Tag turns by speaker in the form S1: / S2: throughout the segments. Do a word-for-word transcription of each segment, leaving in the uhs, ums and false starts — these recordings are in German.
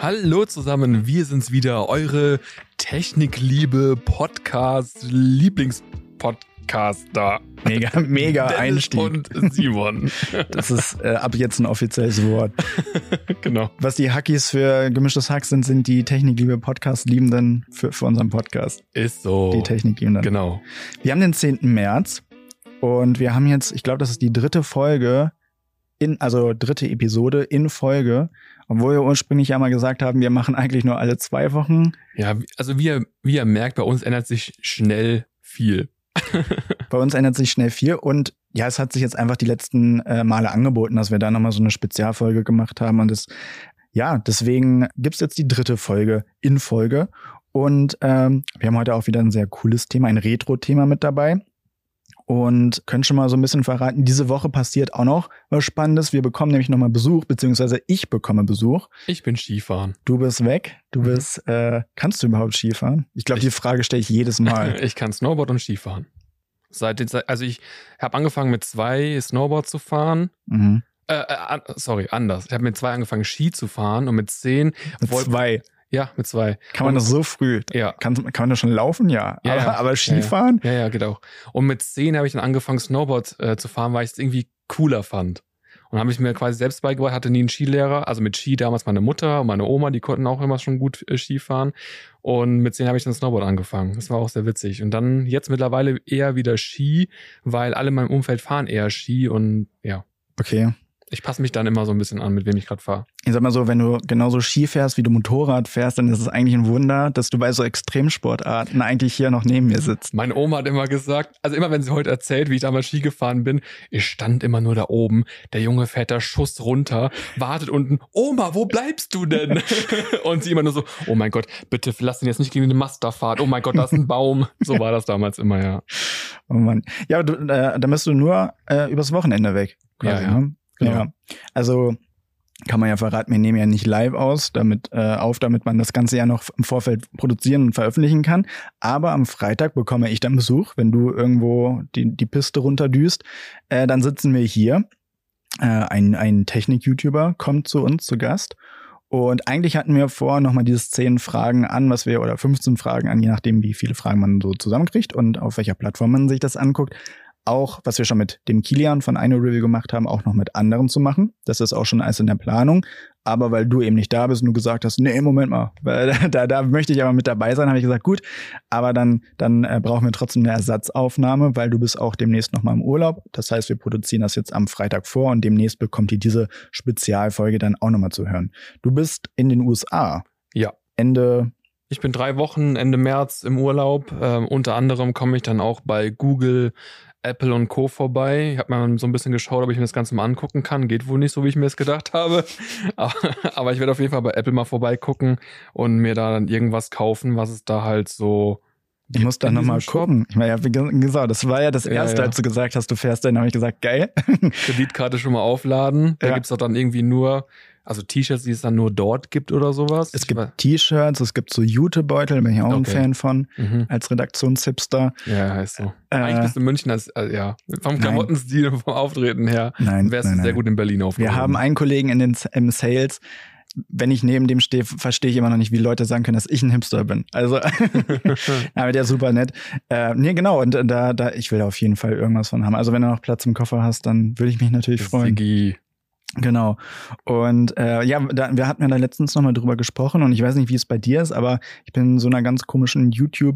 S1: Hallo zusammen, wir sind's wieder, eure Technikliebe Podcast Lieblingspodcaster.
S2: Mega, mega Einstieg.
S1: Und Simon.
S2: Das ist äh, ab jetzt ein offizielles Wort.
S1: Genau.
S2: Was die Hackies für gemischtes Hack sind, sind die Technikliebe Podcast-Liebenden für, für unseren Podcast.
S1: Ist so.
S2: Die Technikliebenden.
S1: Genau.
S2: Wir haben den zehnten März und wir haben jetzt, ich glaube, das ist die dritte Folge, in, also dritte Episode in Folge, obwohl wir ursprünglich ja mal gesagt haben, wir machen eigentlich nur alle zwei Wochen.
S1: Ja, also wie ihr, wie ihr merkt, bei uns ändert sich schnell viel.
S2: Bei uns ändert sich schnell viel und ja, es hat sich jetzt einfach die letzten äh, Male angeboten, dass wir da nochmal so eine Spezialfolge gemacht haben und das, ja, deswegen gibt's jetzt die dritte Folge in Folge und ähm, wir haben heute auch wieder ein sehr cooles Thema, ein Retro-Thema mit dabei. Und können schon mal so ein bisschen verraten, diese Woche passiert auch noch was Spannendes. Wir bekommen nämlich nochmal Besuch, beziehungsweise ich bekomme Besuch.
S1: Ich bin Skifahren.
S2: Du bist weg. Du
S1: Mhm.
S2: bist, äh, kannst du überhaupt Skifahren? Ich glaube, die Frage stelle ich jedes Mal.
S1: Ich kann Snowboard und Skifahren. Seit, seit also ich habe angefangen mit zwei Snowboard zu fahren.
S2: Mhm.
S1: Äh, äh, sorry, anders. Ich habe mit zwei angefangen Ski zu fahren und mit zehn
S2: Mit
S1: wollte-
S2: zwei.
S1: Ja, mit zwei.
S2: Kann man
S1: Und-
S2: das so früh?
S1: Ja.
S2: Kann, kann man das schon laufen? Ja.
S1: Ja,
S2: aber,
S1: ja.
S2: aber Skifahren?
S1: Ja, ja, geht auch. Und mit zehn habe ich dann angefangen, Snowboard äh, zu fahren, weil ich es irgendwie cooler fand. Und habe ich mir quasi selbst beigebracht, hatte nie einen Skilehrer. Also mit Ski damals meine Mutter und meine Oma, die konnten auch immer schon gut äh, Ski fahren. Und mit zehn habe ich dann Snowboard angefangen. Das war auch sehr witzig. Und dann jetzt mittlerweile eher wieder Ski, weil alle in meinem Umfeld fahren eher Ski. Und ja,
S2: Okay.
S1: ich passe mich dann immer so ein bisschen an, mit wem ich gerade fahre.
S2: Ich sag mal so, wenn du genauso Ski fährst, wie du Motorrad fährst, dann ist es eigentlich ein Wunder, dass du bei so Extremsportarten eigentlich hier noch neben mir sitzt.
S1: Meine Oma hat immer gesagt, also immer wenn sie heute erzählt, wie ich damals Ski gefahren bin, ich stand immer nur da oben, der Junge fährt da Schuss runter, wartet unten, Oma, wo bleibst du denn? Und sie immer nur so, oh mein Gott, bitte lass ihn jetzt nicht gegen den Mast da fahren, oh mein Gott, da ist ein Baum. So war das damals immer, ja.
S2: Oh Mann. Ja, du, äh, da bist du nur äh, übers Wochenende weg. Quasi,
S1: Ja, ja.
S2: Ne?
S1: Genau.
S2: Ja. Also kann man ja verraten, wir nehmen ja nicht live aus, damit äh, auf, damit man das Ganze ja noch im Vorfeld produzieren und veröffentlichen kann. Aber am Freitag bekomme ich dann Besuch, wenn du irgendwo die, die Piste runterdüst. Äh, dann sitzen wir hier. Äh, ein ein Technik-YouTuber kommt zu uns zu Gast. Und eigentlich hatten wir vor, nochmal dieses zehn Fragen an, was wir, oder fünfzehn Fragen an, je nachdem, wie viele Fragen man so zusammenkriegt und auf welcher Plattform man sich das anguckt. Auch, was wir schon mit dem Kilian von Ino Review gemacht haben, auch noch mit anderen zu machen. Das ist auch schon alles in der Planung. Aber weil du eben nicht da bist und du gesagt hast, nee, Moment mal, weil da, da möchte ich aber mit dabei sein, habe ich gesagt, gut, aber dann, dann äh, brauchen wir trotzdem eine Ersatzaufnahme, weil du bist auch demnächst nochmal im Urlaub. Das heißt, wir produzieren das jetzt am Freitag vor und demnächst bekommt ihr diese Spezialfolge dann auch nochmal zu hören. Du bist in den U S A.
S1: Ja.
S2: Ende
S1: Ich bin drei Wochen Ende März im Urlaub. Ähm, unter anderem komme ich dann auch bei Google, Apple und Co. vorbei. Ich habe mir so ein bisschen geschaut, ob ich mir das Ganze mal angucken kann. Geht wohl nicht so, wie ich mir es gedacht habe. Aber, aber ich werde auf jeden Fall bei Apple mal vorbeigucken und mir da dann irgendwas kaufen, was es da halt so
S2: Ich muss da
S1: in
S2: nochmal
S1: diesem Shop.
S2: gucken. Ich meine, ja, wie gesagt, das war ja das
S1: Ja,
S2: Erste,
S1: ja.
S2: als du gesagt hast, du fährst dahin, habe ich gesagt, geil.
S1: Kreditkarte schon mal aufladen. Da
S2: Ja.
S1: gibt's doch dann irgendwie nur, also T-Shirts, die es dann nur dort gibt oder sowas.
S2: Es
S1: Ich
S2: gibt
S1: weiß-
S2: T-Shirts, es gibt so Jutebeutel, da bin ich auch ein
S1: Okay.
S2: Fan von,
S1: Mhm.
S2: als Redaktionshipster.
S1: Ja, heißt so.
S2: Äh,
S1: Eigentlich bist du in München als, äh, ja, vom
S2: Nein.
S1: Klamottenstil, vom Auftreten her,
S2: Nein,
S1: wärst
S2: nein,
S1: du sehr
S2: nein.
S1: gut in Berlin aufgehoben.
S2: Wir haben einen Kollegen in den im Sales. Wenn ich neben dem stehe, verstehe ich immer noch nicht, wie Leute sagen können, dass ich ein Hipster bin. Also, aber der ist super nett. Äh, nee, genau. Und da, da, ich will da auf jeden Fall irgendwas von haben. Also, wenn du noch Platz im Koffer hast, dann würde ich mich natürlich freuen.
S1: Sigi.
S2: Genau. Und äh, ja, da, wir hatten ja da letztens nochmal drüber gesprochen und ich weiß nicht, wie es bei dir ist, aber ich bin in so einer ganz komischen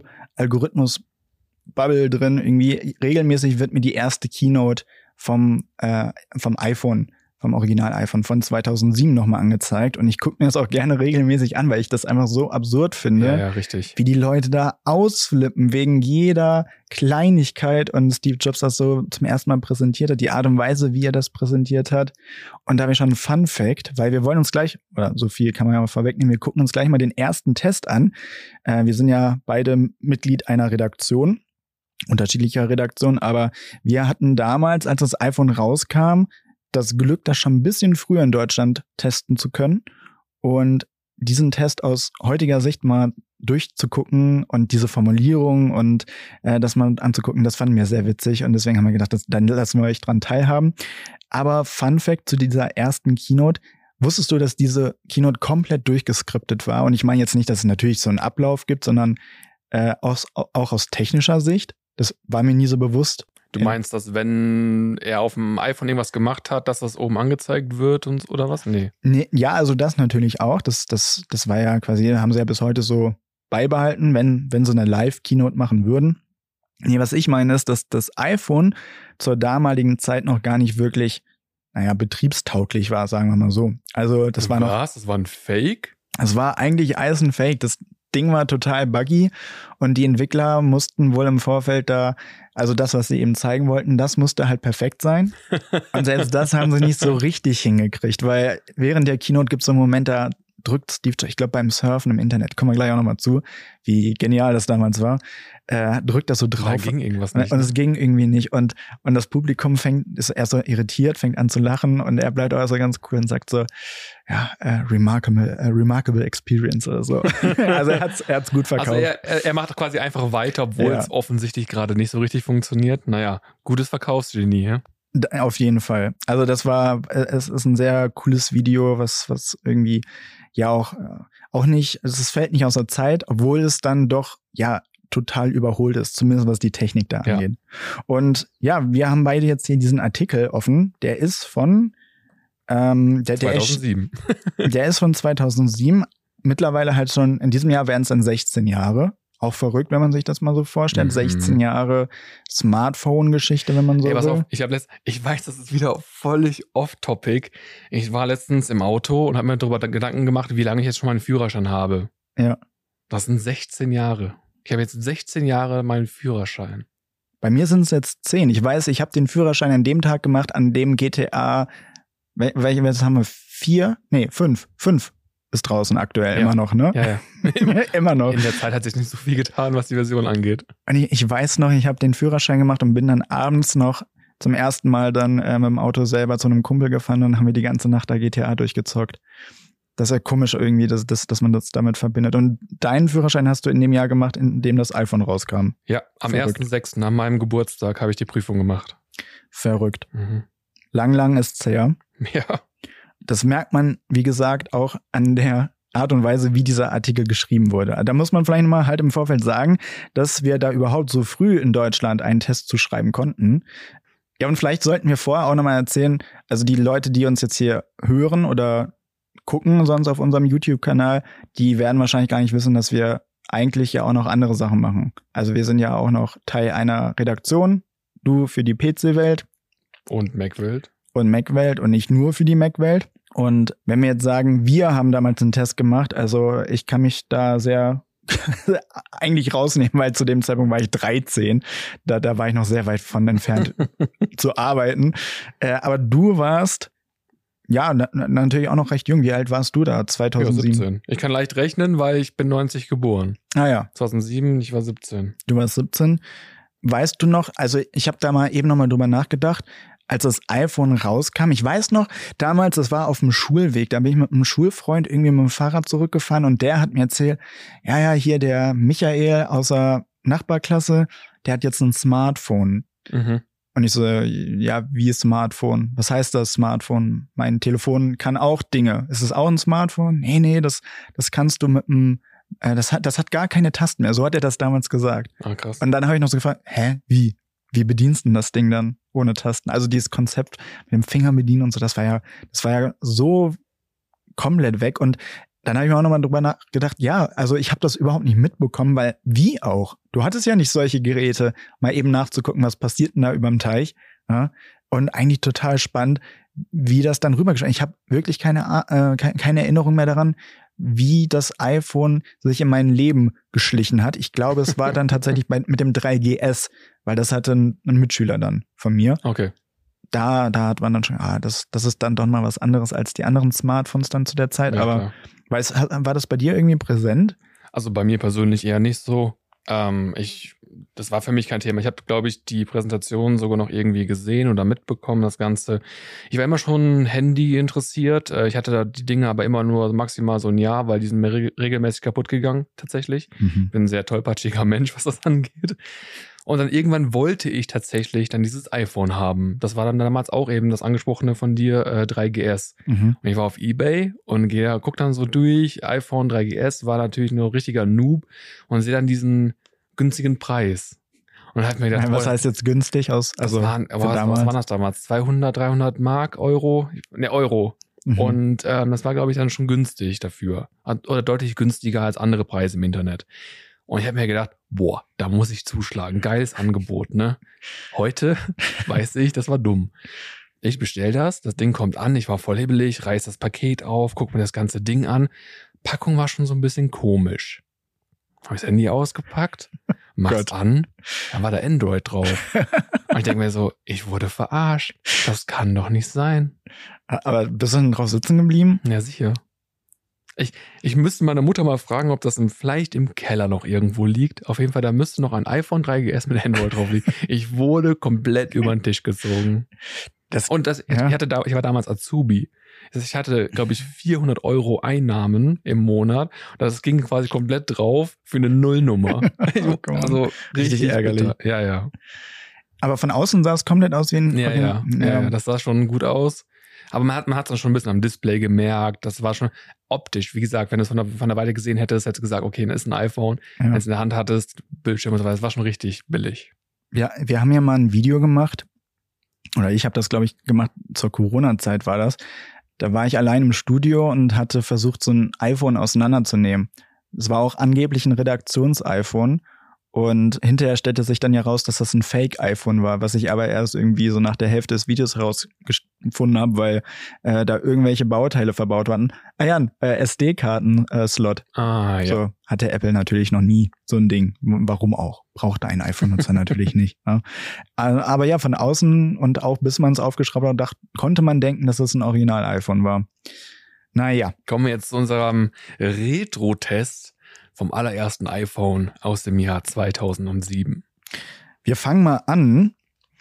S2: YouTube-Algorithmus-Bubble drin. Irgendwie regelmäßig wird mir die erste Keynote vom, äh, vom iPhone, vom Original-iPhone von zweitausendsieben nochmal angezeigt und ich gucke mir das auch gerne regelmäßig an, weil ich das einfach so absurd finde.
S1: Ja, ja, richtig.
S2: Wie die Leute da ausflippen wegen jeder Kleinigkeit und Steve Jobs das so zum ersten Mal präsentiert hat, die Art und Weise, wie er das präsentiert hat. Und da habe ich schon einen Fun-Fact, weil wir wollen uns gleich, oder so viel kann man ja mal vorwegnehmen, wir gucken uns gleich mal den ersten Test an. Äh, wir sind ja beide Mitglied einer Redaktion, unterschiedlicher Redaktion, aber wir hatten damals, als das iPhone rauskam, das Glück, das schon ein bisschen früher in Deutschland testen zu können und diesen Test aus heutiger Sicht mal durchzugucken und diese Formulierung und äh, das mal anzugucken, das fanden wir sehr witzig und deswegen haben wir gedacht, das, dann lassen wir euch dran teilhaben. Aber Fun Fact zu dieser ersten Keynote, wusstest du, dass diese Keynote komplett durchgeskriptet war? Und ich meine jetzt nicht, dass es natürlich so einen Ablauf gibt, sondern äh, aus, auch aus technischer Sicht. Das war mir nie so bewusst.
S1: Du meinst, dass wenn er auf dem iPhone irgendwas gemacht hat, dass das oben angezeigt wird und oder was? Nee.
S2: Nee, ja, also das natürlich auch. Das, das, das war ja quasi, haben sie ja bis heute so beibehalten, wenn, wenn sie eine Live-Keynote machen würden. Nee, was ich meine ist, dass das iPhone zur damaligen Zeit noch gar nicht wirklich, naja, betriebstauglich war, sagen wir mal so. Also das war noch.
S1: Was? Das war ein Fake?
S2: Es war eigentlich alles ein Fake. Das Ding war total buggy und die Entwickler mussten wohl im Vorfeld da, also das, was sie eben zeigen wollten, das musste halt perfekt sein. Und selbst das haben sie nicht so richtig hingekriegt, weil während der Keynote gibt es so einen Moment, da drückt Steve Jobs, ich glaube beim Surfen im Internet, kommen wir gleich auch nochmal zu, wie genial das damals war, äh, drückt das so drauf. Da
S1: ging irgendwas nicht.
S2: Und es ging irgendwie nicht. Und, und das Publikum fängt, ist erst so irritiert, fängt an zu lachen und er bleibt auch so ganz cool und sagt so, ja, äh, remarkable, äh, remarkable experience oder so. Also er hat's, er hat's gut verkauft.
S1: Also er, er macht quasi einfach weiter, obwohl ja. es offensichtlich gerade nicht so richtig funktioniert. Naja, gutes Verkaufsgenie, ja?
S2: Auf jeden Fall. Also das war, es ist ein sehr cooles Video, was, was irgendwie ja auch, auch nicht, es fällt nicht aus der Zeit, obwohl es dann doch, ja, total überholt ist, zumindest was die Technik da angeht. Ja. Und ja, wir haben beide jetzt hier diesen Artikel offen, der ist von ähm, der,
S1: zweitausendsieben.
S2: Der ist, der ist von zweitausendsieben, mittlerweile halt schon, in diesem Jahr wären es dann sechzehn Jahre. Auch verrückt, wenn man sich das mal so vorstellt. Mhm. sechzehn Jahre Smartphone-Geschichte, wenn man so
S1: Ey, pass
S2: will.
S1: auf, ich, hab letzt, ich weiß, das ist wieder völlig off-topic. Ich war letztens im Auto und habe mir darüber Gedanken gemacht, wie lange ich jetzt schon meinen Führerschein habe.
S2: Ja.
S1: Das sind sechzehn Jahre. Ich habe jetzt sechzehn Jahre meinen Führerschein.
S2: Bei mir sind es jetzt zehn. Ich weiß, ich habe den Führerschein an dem Tag gemacht, an dem G T A, welche, was haben wir? Vier? Nee, fünf. Fünf. Ist draußen aktuell ja. immer noch, ne?
S1: Ja, ja.
S2: Immer noch.
S1: In der Zeit hat sich nicht so viel getan, was die Version angeht.
S2: Und ich, ich weiß noch, ich habe den Führerschein gemacht und bin dann abends noch zum ersten Mal dann äh, mit dem Auto selber zu einem Kumpel gefahren und haben wir die ganze Nacht da G T A durchgezockt. Das ist ja komisch irgendwie, dass, dass, dass man das damit verbindet. Und deinen Führerschein hast du in dem Jahr gemacht, in dem das iPhone rauskam.
S1: Ja, am ersten sechsten an meinem Geburtstag habe ich die Prüfung gemacht.
S2: Verrückt.
S1: Mhm.
S2: Lang, lang ist's her.
S1: Ja.
S2: Das merkt man, wie gesagt, auch an der Art und Weise, wie dieser Artikel geschrieben wurde. Da muss man vielleicht mal halt im Vorfeld sagen, dass wir da überhaupt so früh in Deutschland einen Test zu schreiben konnten. Ja, und vielleicht sollten wir vorher auch nochmal erzählen, also die Leute, die uns jetzt hier hören oder gucken sonst auf unserem YouTube-Kanal, die werden wahrscheinlich gar nicht wissen, dass wir eigentlich ja auch noch andere Sachen machen. Also wir sind ja auch noch Teil einer Redaktion, du für die P C-Welt.
S1: Und Mac-Welt.
S2: Und Mac-Welt und nicht nur für die Mac-Welt. Und wenn wir jetzt sagen, wir haben damals einen Test gemacht, also ich kann mich da sehr eigentlich rausnehmen, weil zu dem Zeitpunkt war ich dreizehn. Da, da war ich noch sehr weit von entfernt zu arbeiten. Äh, aber du warst ja na, natürlich auch noch recht jung. Wie alt warst du da? zweitausendsieben?
S1: Ja, siebzehn. Ich kann leicht rechnen, weil ich bin neunzig geboren.
S2: Ah ja.
S1: zweitausendsieben, ich war siebzehn.
S2: Du warst siebzehn. Weißt du noch, also ich habe da mal eben noch mal drüber nachgedacht, als das iPhone rauskam. Ich weiß noch, damals, das war auf dem Schulweg, da bin ich mit einem Schulfreund irgendwie mit dem Fahrrad zurückgefahren und der hat mir erzählt, ja, ja, hier der Michael aus der Nachbarklasse, der hat jetzt ein Smartphone.
S1: Mhm. Und
S2: ich so, ja, wie Smartphone? Was heißt das Smartphone? Mein Telefon kann auch Dinge. Ist es auch ein Smartphone? Nee, nee, das, das kannst du mit einem, äh, das hat, das hat gar keine Tasten mehr. So hat er das damals gesagt.
S1: Ah, krass.
S2: Und dann habe ich noch so gefragt, hä, wie? Wie bedienst du denn das Ding dann ohne Tasten? Also dieses Konzept mit dem Finger bedienen und so, das war ja, das war ja so komplett weg. Und dann habe ich mir auch nochmal drüber nachgedacht, ja, also ich habe das überhaupt nicht mitbekommen, weil wie auch? Du hattest ja nicht solche Geräte, mal eben nachzugucken, was passiert denn da überm Teich. Ja? Und eigentlich total spannend, wie das dann rübergeschrieben. Ich habe wirklich keine, äh, keine Erinnerung mehr daran, wie das iPhone sich in mein Leben geschlichen hat. Ich glaube, es war dann tatsächlich bei, mit dem drei G S, weil das hatte ein, ein Mitschüler dann von mir.
S1: Okay.
S2: Da, da hat man dann schon, ah, das, das ist dann doch mal was anderes als die anderen Smartphones dann zu der Zeit.
S1: Ja,
S2: aber weiß, war das bei dir irgendwie präsent?
S1: Also bei mir persönlich eher nicht so. Ähm, ich, das war für mich kein Thema. Ich habe, glaube ich, die Präsentation sogar noch irgendwie gesehen oder mitbekommen, das Ganze. Ich war immer schon Handy interessiert. Ich hatte da die Dinge aber immer nur maximal so ein Jahr, weil die sind mir re- regelmäßig kaputt gegangen, tatsächlich. Mhm. Bin ein sehr tollpatschiger Mensch, was das angeht. Und dann irgendwann wollte ich tatsächlich dann dieses iPhone haben. Das war dann damals auch eben das angesprochene von dir, äh, drei G S.
S2: Mhm.
S1: Und ich war auf Ebay und gehe, guck dann so durch, iPhone drei G S, war natürlich nur ein richtiger Noob und sehe dann diesen günstigen Preis. Und hat mir gedacht,
S2: Ja, was
S1: boah,
S2: heißt jetzt günstig aus? Also
S1: das waren,
S2: für
S1: was,
S2: damals?
S1: was waren das damals? zweihundert, dreihundert Mark, Euro? Ne, Euro.
S2: Mhm.
S1: Und ähm, das war, glaube ich, dann schon günstig dafür. Oder deutlich günstiger als andere Preise im Internet. Und ich habe mir gedacht, boah, da muss ich zuschlagen. Geiles Angebot, ne? Heute weiß ich, das war dumm. Ich bestell das, das Ding kommt an, ich war voll hibbelig, reiß das Paket auf, guck mir das ganze Ding an. Packung war schon so ein bisschen komisch. Habe ich das Handy ausgepackt, mach's
S2: Gott.
S1: an, dann war da Android drauf. Und ich denke mir so, ich wurde verarscht. Das kann doch nicht sein.
S2: Aber bist du denn drauf sitzen geblieben?
S1: Ja, sicher. Ich, ich müsste meine Mutter mal fragen, ob das im, vielleicht im Keller noch irgendwo liegt. Auf jeden Fall, da müsste noch ein iPhone drei G S mit Android drauf liegen. Ich wurde komplett über den Tisch gezogen.
S2: Das,
S1: Und das,
S2: ja.
S1: ich, hatte da, ich war damals Azubi. Ich hatte, glaube ich, vierhundert Euro Einnahmen im Monat. Das ging quasi komplett drauf für eine Nullnummer.
S2: Oh,
S1: also richtig,
S2: Richtig ärgerlich.
S1: bitter. Ja, ja.
S2: Aber von außen sah es komplett aus wie ein...
S1: Ja,
S2: okay.
S1: ja, ja, ja, das sah schon gut aus. Aber man hat man hat es schon ein bisschen am Display gemerkt. Das war schon optisch. Wie gesagt, wenn du es von der, von der Weite gesehen hättest, hättest du gesagt, okay, das ist ein iPhone.
S2: Ja.
S1: Wenn du es in der Hand hattest, Bildschirm und so weiter, das war schon richtig billig.
S2: Ja, wir haben ja mal ein Video gemacht, oder ich habe das, glaube ich, gemacht, zur Corona-Zeit war das. Da war ich allein im Studio und hatte versucht, so ein iPhone auseinanderzunehmen. Es war auch angeblich ein Redaktions-iPhone. Und hinterher stellte sich dann ja raus, dass das ein Fake-iPhone war, was ich aber erst irgendwie so nach der Hälfte des Videos herausgefunden habe, weil äh, da irgendwelche Bauteile verbaut waren. Ah ja, ein äh, S D-Karten-Slot.
S1: Ah, ja.
S2: So hatte Apple natürlich noch nie so ein Ding. Warum auch? Brauchte ein iPhone-Nutzer natürlich nicht. Ja. Aber ja, von außen und auch bis man es aufgeschraubt hat, dachte, konnte man denken, dass es ein Original-iPhone war. Naja.
S1: Kommen wir jetzt zu unserem Retro-Test vom allerersten iPhone aus dem Jahr zweitausendsieben.
S2: Wir fangen mal an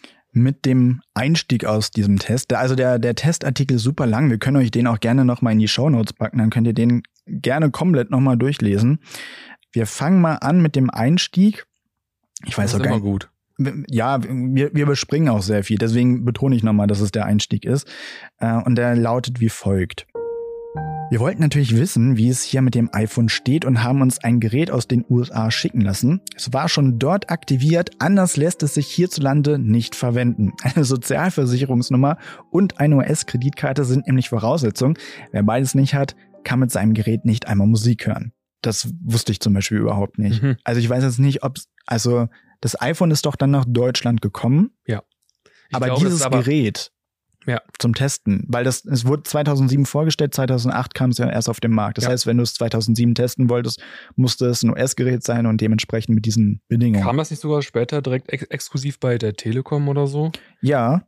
S2: mit dem Einstieg aus diesem Test. Also der, der Testartikel ist super lang. Wir können euch den auch gerne nochmal in die Shownotes packen. Dann könnt ihr den gerne komplett nochmal durchlesen. Wir fangen mal an mit dem Einstieg. Ich weiß
S1: das
S2: auch
S1: ist
S2: gar
S1: immer
S2: nicht.
S1: gut.
S2: Ja, wir, wir überspringen auch sehr viel. Deswegen betone ich nochmal, dass es der Einstieg ist. Und der lautet wie folgt. Wir wollten natürlich wissen, wie es hier mit dem iPhone steht und haben uns ein Gerät aus den U S A schicken lassen. Es war schon dort aktiviert, anders lässt es sich hierzulande nicht verwenden. Eine Sozialversicherungsnummer und eine U S-Kreditkarte sind nämlich Voraussetzungen. Wer beides nicht hat, kann mit seinem Gerät nicht einmal Musik hören. Das wusste ich zum Beispiel überhaupt nicht.
S1: Mhm.
S2: Also ich weiß jetzt nicht, ob also das iPhone ist doch dann nach Deutschland gekommen.
S1: Ja. Ich
S2: aber
S1: glaube, das
S2: dieses
S1: ist aber,
S2: Gerät
S1: ja.
S2: zum Testen, weil das es wurde zweitausendsieben vorgestellt, zweitausendacht kam es ja erst auf den Markt. Das
S1: Ja.
S2: heißt, wenn du es zweitausendsieben testen wolltest, musste es ein U S-Gerät sein und dementsprechend mit diesen Bedingungen.
S1: Kam das nicht sogar später direkt ex- exklusiv bei der Telekom oder so?
S2: Ja,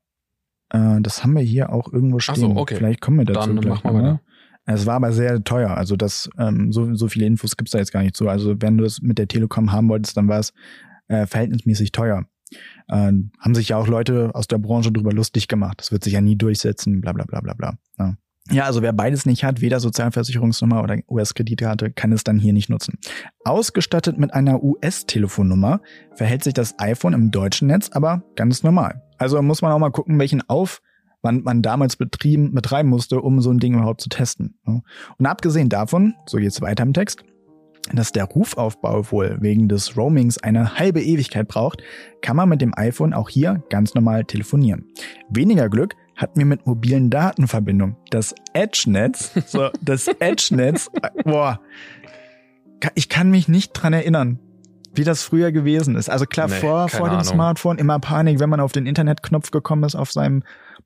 S2: äh, das haben wir hier auch irgendwo stehen.
S1: Ach so, okay.
S2: Vielleicht kommen wir dazu
S1: Dann
S2: gleich
S1: machen wir
S2: nochmal. Es war aber sehr teuer, also das ähm, so, so viele Infos gibt's da jetzt gar nicht zu. Also wenn du es mit der Telekom haben wolltest, dann war es äh, verhältnismäßig teuer. Äh, haben sich ja auch Leute aus der Branche drüber lustig gemacht. Das wird sich ja nie durchsetzen, bla bla bla bla bla. Ja. Ja, also wer beides nicht hat, weder Sozialversicherungsnummer oder U S-Kreditkarte, kann es dann hier nicht nutzen. Ausgestattet mit einer U S-Telefonnummer verhält sich das iPhone im deutschen Netz aber ganz normal. Also muss man auch mal gucken, welchen Aufwand man damals betrieben, betreiben musste, um so ein Ding überhaupt zu testen. Und abgesehen davon, so geht's weiter im Text, dass der Rufaufbau wohl wegen des Roamings eine halbe Ewigkeit braucht, kann man mit dem iPhone auch hier ganz normal telefonieren. Weniger Glück hatten wir mit mobilen Datenverbindungen. Das Edge-Netz, so das Edge-Netz, boah, ich kann mich nicht dran erinnern, wie das früher gewesen ist. Also klar,
S1: Nee,
S2: vor,
S1: keine
S2: vor dem
S1: Ahnung.
S2: Smartphone immer Panik, wenn man auf den Internetknopf gekommen ist, auf seinem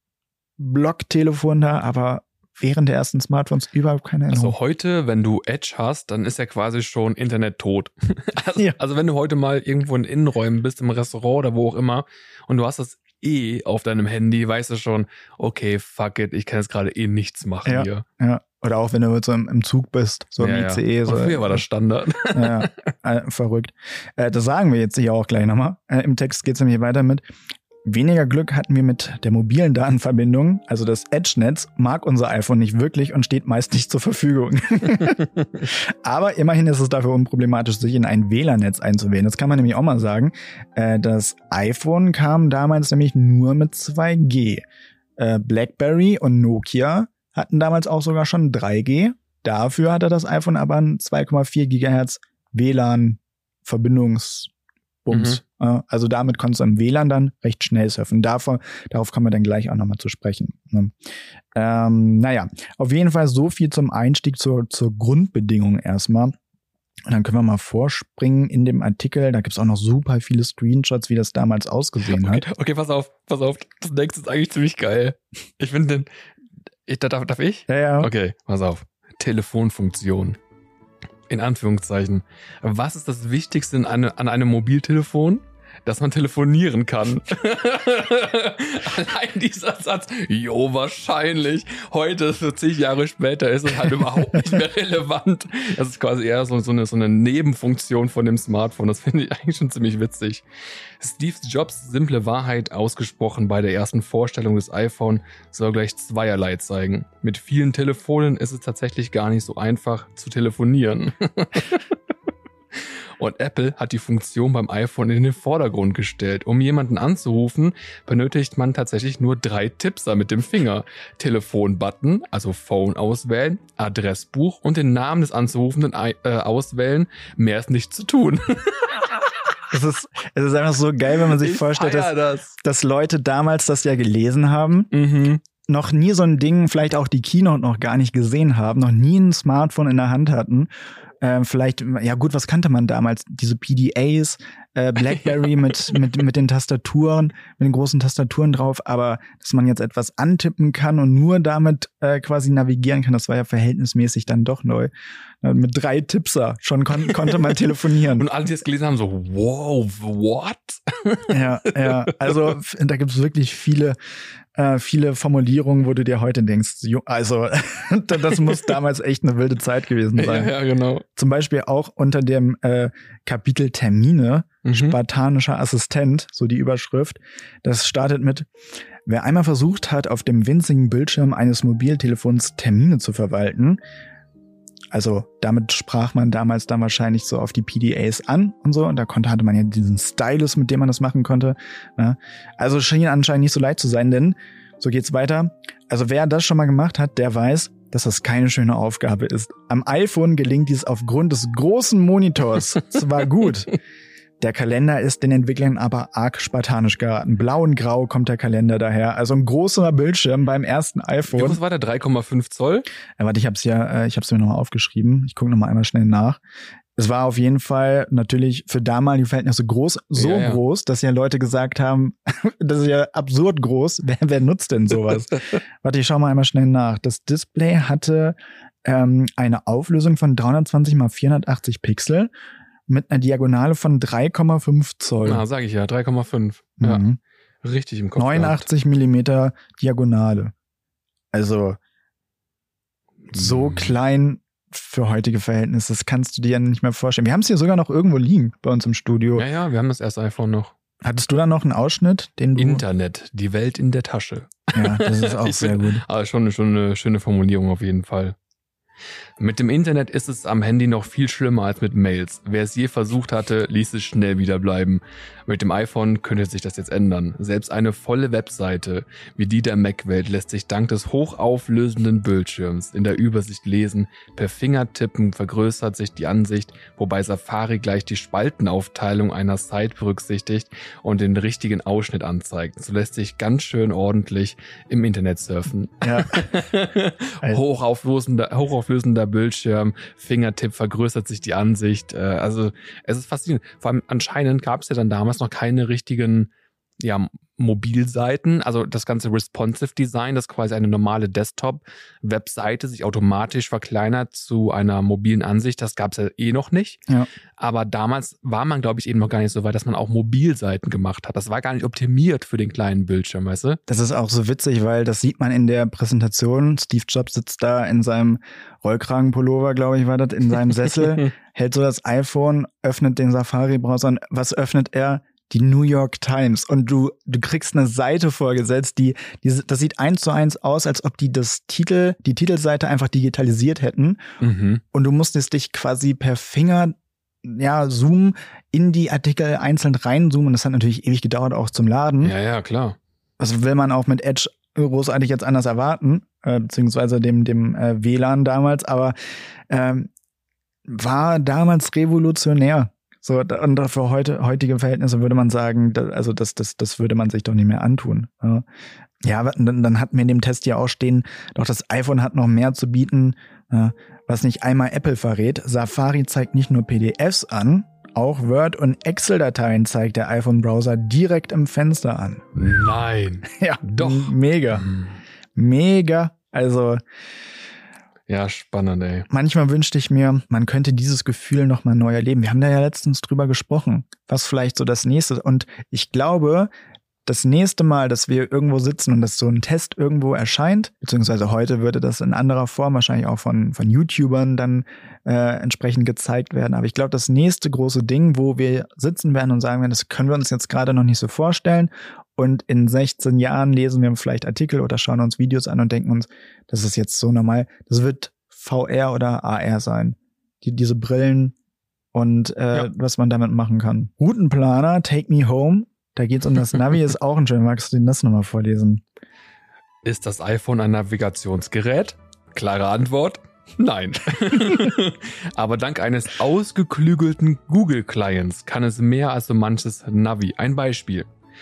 S2: Blocktelefon da, aber während der ersten Smartphones überhaupt keine Erinnerung.
S1: Also heute, wenn du Edge hast, dann ist ja quasi schon Internet tot. Also,
S2: Ja.
S1: also wenn du heute mal irgendwo in Innenräumen bist, im Restaurant oder wo auch immer, und du hast das eh auf deinem Handy, weißt du schon, okay, fuck it, ich kann jetzt gerade eh nichts machen
S2: Ja.
S1: hier.
S2: Ja, oder auch wenn du so im, im Zug bist, so im
S1: Ja,
S2: I C E.
S1: ja.
S2: So,
S1: Und früher war das Standard.
S2: Ja, äh, verrückt. Äh, das sagen wir jetzt hier auch gleich nochmal. Äh, Im Text geht es nämlich weiter mit, Weniger Glück hatten wir mit der mobilen Datenverbindung. Also das Edge-Netz mag unser iPhone nicht wirklich und steht meist nicht zur Verfügung. Aber immerhin ist es dafür unproblematisch, sich in ein W L A N-Netz einzuwählen. Das kann man nämlich auch mal sagen. Das iPhone kam damals nämlich nur mit zwei G. BlackBerry und Nokia hatten damals auch sogar schon drei G. Dafür hatte das iPhone aber ein zwei Komma vier Gigahertz W L A N-Verbindungs- Bums. Mhm. Also damit konntest du im W L A N dann recht schnell surfen. Davor, darauf kommen wir dann gleich auch nochmal zu sprechen. Ähm, naja, auf jeden Fall so viel zum Einstieg zur, zur Grundbedingung erstmal. Und dann können wir mal vorspringen in dem Artikel. Da gibt's auch noch super viele Screenshots, wie das damals ausgesehen
S1: okay,
S2: hat.
S1: Okay, pass auf, pass auf. Das nächste ist eigentlich ziemlich geil. Ich finde den... Ich, darf, darf ich?
S2: Ja, ja.
S1: Okay, pass auf. Telefonfunktion. In Anführungszeichen. Was ist das Wichtigste an, eine, an einem Mobiltelefon? Dass man telefonieren kann. Allein dieser Satz, jo, wahrscheinlich. Heute, vierzig Jahre später, ist es halt überhaupt nicht mehr relevant. Das ist quasi eher so, so, eine, so eine Nebenfunktion von dem Smartphone. Das finde ich eigentlich schon ziemlich witzig. Steve Jobs simple Wahrheit ausgesprochen bei der ersten Vorstellung des iPhone soll gleich zweierlei zeigen. Mit vielen Telefonen ist es tatsächlich gar nicht so einfach zu telefonieren. Und Apple hat die Funktion beim iPhone in den Vordergrund gestellt. Um jemanden anzurufen, benötigt man tatsächlich nur drei Tippser mit dem Finger. Telefonbutton, also Phone auswählen, Adressbuch und den Namen des Anzurufenden äh, auswählen. Mehr ist nicht zu tun.
S2: Es ist, es ist einfach so geil, wenn man sich
S1: ich
S2: vorstellt, dass,
S1: das.
S2: dass Leute damals das ja gelesen haben.
S1: Mhm.
S2: Noch nie so ein Ding, vielleicht auch die Keynote noch gar nicht gesehen haben, noch nie ein Smartphone in der Hand hatten. Äh, vielleicht, ja gut, was kannte man damals? Diese P D As, äh, BlackBerry mit, mit, mit den Tastaturen, mit den großen Tastaturen drauf, aber dass man jetzt etwas antippen kann und nur damit äh, quasi navigieren kann, das war ja verhältnismäßig dann doch neu. Äh, mit drei Tippser schon kon- konnte man telefonieren.
S1: Und alle, die es gelesen haben, so, wow, what?
S2: Ja, ja, also da gibt es wirklich viele Äh, viele Formulierungen, wo du dir heute denkst, jo, also das muss damals echt eine wilde Zeit gewesen sein.
S1: Ja, ja, genau.
S2: Zum Beispiel auch unter dem äh, Kapitel Termine, mhm. spartanischer Assistent, so die Überschrift. Das startet mit: Wer einmal versucht hat, auf dem winzigen Bildschirm eines Mobiltelefons Termine zu verwalten, also damit sprach man damals dann wahrscheinlich so auf die P D As an und so. Und da konnte, hatte man ja diesen Stylus, mit dem man das machen konnte. Ne? Also schien anscheinend nicht so leicht zu sein, denn so geht's weiter. Also wer das schon mal gemacht hat, der weiß, dass das keine schöne Aufgabe ist. Am iPhone gelingt dies aufgrund des großen Monitors zwar gut. Der Kalender ist den Entwicklern aber arg spartanisch geraten. Blau und grau kommt der Kalender daher. Also ein großer Bildschirm beim ersten iPhone.
S1: Was war der drei Komma fünf Zoll?
S2: Ja, warte, ich hab's ja, ich hab's mir nochmal aufgeschrieben. Ich gucke nochmal einmal schnell nach. Es war auf jeden Fall natürlich für damalige Verhältnisse groß, so ja, ja. groß, dass ja Leute gesagt haben, das ist ja absurd groß. Wer, wer nutzt denn sowas? Warte, ich schau mal einmal schnell nach. Das Display hatte ähm, eine Auflösung von dreihundertzwanzig mal vierhundertachtzig Pixel. Mit einer Diagonale von drei Komma fünf Zoll.
S1: Na, sag ich ja, drei Komma fünf. Ja,
S2: mhm.
S1: Richtig im Kopf
S2: neunundachtzig gehabt. Millimeter Diagonale. Also so mhm. klein für heutige Verhältnisse, das kannst du dir ja nicht mehr vorstellen. Wir haben es hier sogar noch irgendwo liegen bei uns im Studio.
S1: Ja, ja, wir haben das erste iPhone noch.
S2: Hattest du da noch einen Ausschnitt? Den du
S1: Internet, die Welt in der Tasche.
S2: Ja, das ist auch sehr
S1: find,
S2: gut.
S1: Aber schon, schon eine schöne Formulierung auf jeden Fall. Mit dem Internet ist es am Handy noch viel schlimmer als mit Mails. Wer es je versucht hatte, ließ es schnell wieder bleiben. Mit dem iPhone könnte sich das jetzt ändern. Selbst eine volle Webseite wie die der Mac-Welt lässt sich dank des hochauflösenden Bildschirms in der Übersicht lesen. Per Fingertippen vergrößert sich die Ansicht, wobei Safari gleich die Spaltenaufteilung einer Site berücksichtigt und den richtigen Ausschnitt anzeigt. So lässt sich ganz schön ordentlich im Internet surfen.
S2: Ja.
S1: hochauflösender, hochauflösender Bildschirm, Fingertipp vergrößert sich die Ansicht. Also es ist faszinierend. Vor allem anscheinend gab es ja dann damals noch keine richtigen ja, Mobilseiten, also das ganze Responsive Design, das quasi eine normale Desktop-Webseite sich automatisch verkleinert zu einer mobilen Ansicht, das gab es ja eh noch nicht.
S2: Ja.
S1: Aber damals war man, glaube ich, eben noch gar nicht so weit, dass man auch Mobilseiten gemacht hat. Das war gar nicht optimiert für den kleinen Bildschirm, weißt du?
S2: Das ist auch so witzig, weil das sieht man in der Präsentation. Steve Jobs sitzt da in seinem Rollkragenpullover, glaube ich, war das, in seinem Sessel, hält so das iPhone, öffnet den Safari-Browser und was öffnet er? die New York Times und du du kriegst eine Seite vorgesetzt, die, die das sieht eins zu eins aus, als ob die das Titel die Titelseite einfach digitalisiert hätten
S1: Mhm.
S2: und du musstest dich quasi per Finger ja Zoom in die Artikel einzeln reinzoomen und das hat natürlich ewig gedauert auch zum Laden.
S1: Ja, ja, klar.
S2: Was will man auch mit Edge großartig jetzt anders erwarten, äh, beziehungsweise dem dem äh, W L A N damals, aber ähm, war damals revolutionär. So, und für heute, heutige Verhältnisse würde man sagen, da, also das, das, das würde man sich doch nicht mehr antun. Ja, ja dann, dann hatten wir in dem Test ja auch stehen, doch das iPhone hat noch mehr zu bieten, äh, was nicht einmal Apple verrät. Safari zeigt nicht nur P D Fs an, auch Word- und Excel-Dateien zeigt der iPhone-Browser direkt im Fenster an.
S1: Nein.
S2: Ja,
S1: Doch.
S2: Mega.
S1: Mhm.
S2: Mega. Also
S1: Ja, spannend, ey.
S2: manchmal wünschte ich mir, man könnte dieses Gefühl noch mal neu erleben. Wir haben da ja letztens drüber gesprochen, was vielleicht so das nächste. Und ich glaube, das nächste Mal, dass wir irgendwo sitzen und dass so ein Test irgendwo erscheint, beziehungsweise heute würde das in anderer Form wahrscheinlich auch von, von YouTubern dann äh, entsprechend gezeigt werden. Aber ich glaube, das nächste große Ding, wo wir sitzen werden und sagen werden, das können wir uns jetzt gerade noch nicht so vorstellen. Und in sechzehn Jahren lesen wir vielleicht Artikel oder schauen uns Videos an und denken uns, das ist jetzt so normal. Das wird V R oder A R sein. Die, diese Brillen und äh,
S1: Ja.
S2: was man damit machen kann. Routenplaner, Take Me Home. Da geht's um das Navi, ist auch ein schön. Magst du denn das nochmal vorlesen?
S1: Ist das iPhone ein Navigationsgerät? Klare Antwort: Nein. Aber dank eines ausgeklügelten Google-Clients kann es mehr als so manches Navi. Ein Beispiel.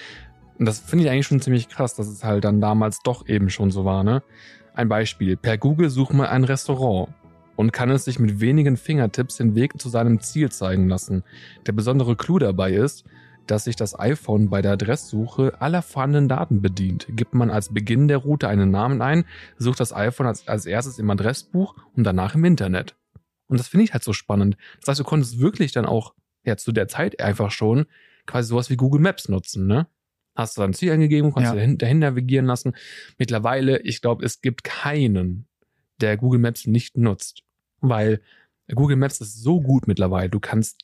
S1: Und das finde ich eigentlich schon ziemlich krass, dass es halt dann damals doch eben schon so war, ne? Ein Beispiel. Per Google sucht man ein Restaurant und kann es sich mit wenigen Fingertipps den Weg zu seinem Ziel zeigen lassen. Der besondere Clou dabei ist, dass sich das iPhone bei der Adresssuche aller vorhandenen Daten bedient. Gibt man als Beginn der Route einen Namen ein, sucht das iPhone als, als erstes im Adressbuch und danach im Internet. Und das finde ich halt so spannend. Das heißt, du konntest wirklich dann auch ja, zu der Zeit einfach schon quasi sowas wie Google Maps nutzen, ne? Hast du dein Ziel eingegeben, kannst
S2: Ja.
S1: du dahin, dahin navigieren lassen. Mittlerweile, ich glaube, es gibt keinen, der Google Maps nicht nutzt. Weil Google Maps ist so gut mittlerweile. Du kannst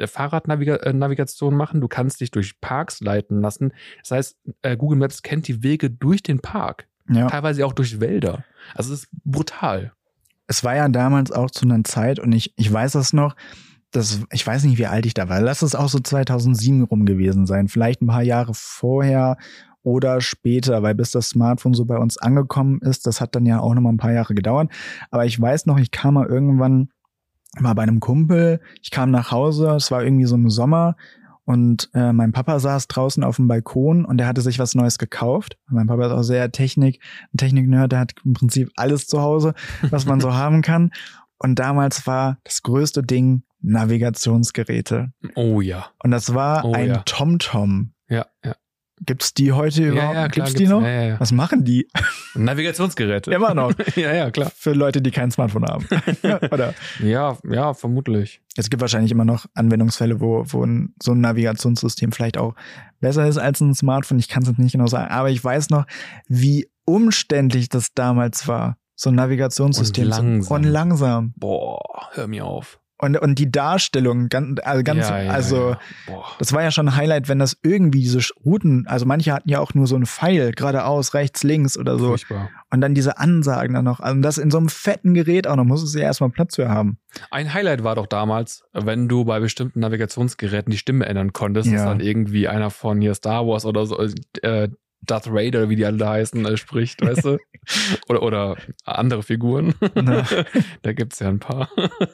S1: Fahrradnavigation machen, du kannst dich durch Parks leiten lassen. Das heißt, äh, Google Maps kennt die Wege durch den Park.
S2: Ja.
S1: Teilweise auch durch Wälder. Also es ist brutal.
S2: Es war ja damals auch zu einer Zeit, und ich, ich weiß das noch, das, ich weiß nicht, wie alt ich da war. Lass es auch so zweitausendsieben rum gewesen sein. Vielleicht ein paar Jahre vorher oder später, weil bis das Smartphone so bei uns angekommen ist, das hat dann ja auch noch mal ein paar Jahre gedauert. Aber ich weiß noch, ich kam mal irgendwann, war bei einem Kumpel, ich kam nach Hause, es war irgendwie so im Sommer und äh, mein Papa saß draußen auf dem Balkon und der hatte sich was Neues gekauft. Mein Papa ist auch sehr Technik, ein Technik-Nerd, der hat im Prinzip alles zu Hause, was man so haben kann. Und damals war das größte Ding Navigationsgeräte.
S1: Oh ja.
S2: Und das war
S1: Oh
S2: ein
S1: ja.
S2: TomTom.
S1: Ja, ja.
S2: Gibt's die heute
S1: Ja,
S2: überhaupt?
S1: ja, klar,
S2: gibt's die
S1: gibt's.
S2: noch?
S1: Ja, ja, ja.
S2: Was machen die?
S1: Navigationsgeräte.
S2: Immer noch.
S1: ja, ja, klar.
S2: Für Leute, die kein Smartphone haben. Oder?
S1: Ja, ja, vermutlich.
S2: Es gibt wahrscheinlich immer noch Anwendungsfälle, wo, wo ein, so ein Navigationssystem vielleicht auch besser ist als ein Smartphone. Ich kann es jetzt nicht genau sagen. Aber ich weiß noch, wie umständlich das damals war. So ein Navigationssystem.
S1: Und langsam.
S2: Und langsam.
S1: Boah, hör mir auf.
S2: Und, und die Darstellung, ganz, also, ganz,
S1: ja, ja,
S2: also
S1: ja. Boah.
S2: das war ja schon ein Highlight, wenn das irgendwie diese Routen, also manche hatten ja auch nur so einen Pfeil, geradeaus, rechts, links oder so.
S1: Furchtbar.
S2: Und dann diese Ansagen dann noch. Also das in so einem fetten Gerät auch noch, muss es ja erstmal Platz für haben.
S1: Ein Highlight war doch damals, wenn du bei bestimmten Navigationsgeräten die Stimme ändern konntest,
S2: Ja.
S1: dass dann irgendwie einer von hier Star Wars oder so, äh, Darth Vader, wie die alle da heißen, äh, spricht, weißt du? Oder, oder andere Figuren.
S2: Na.
S1: Da gibt's ja ein paar,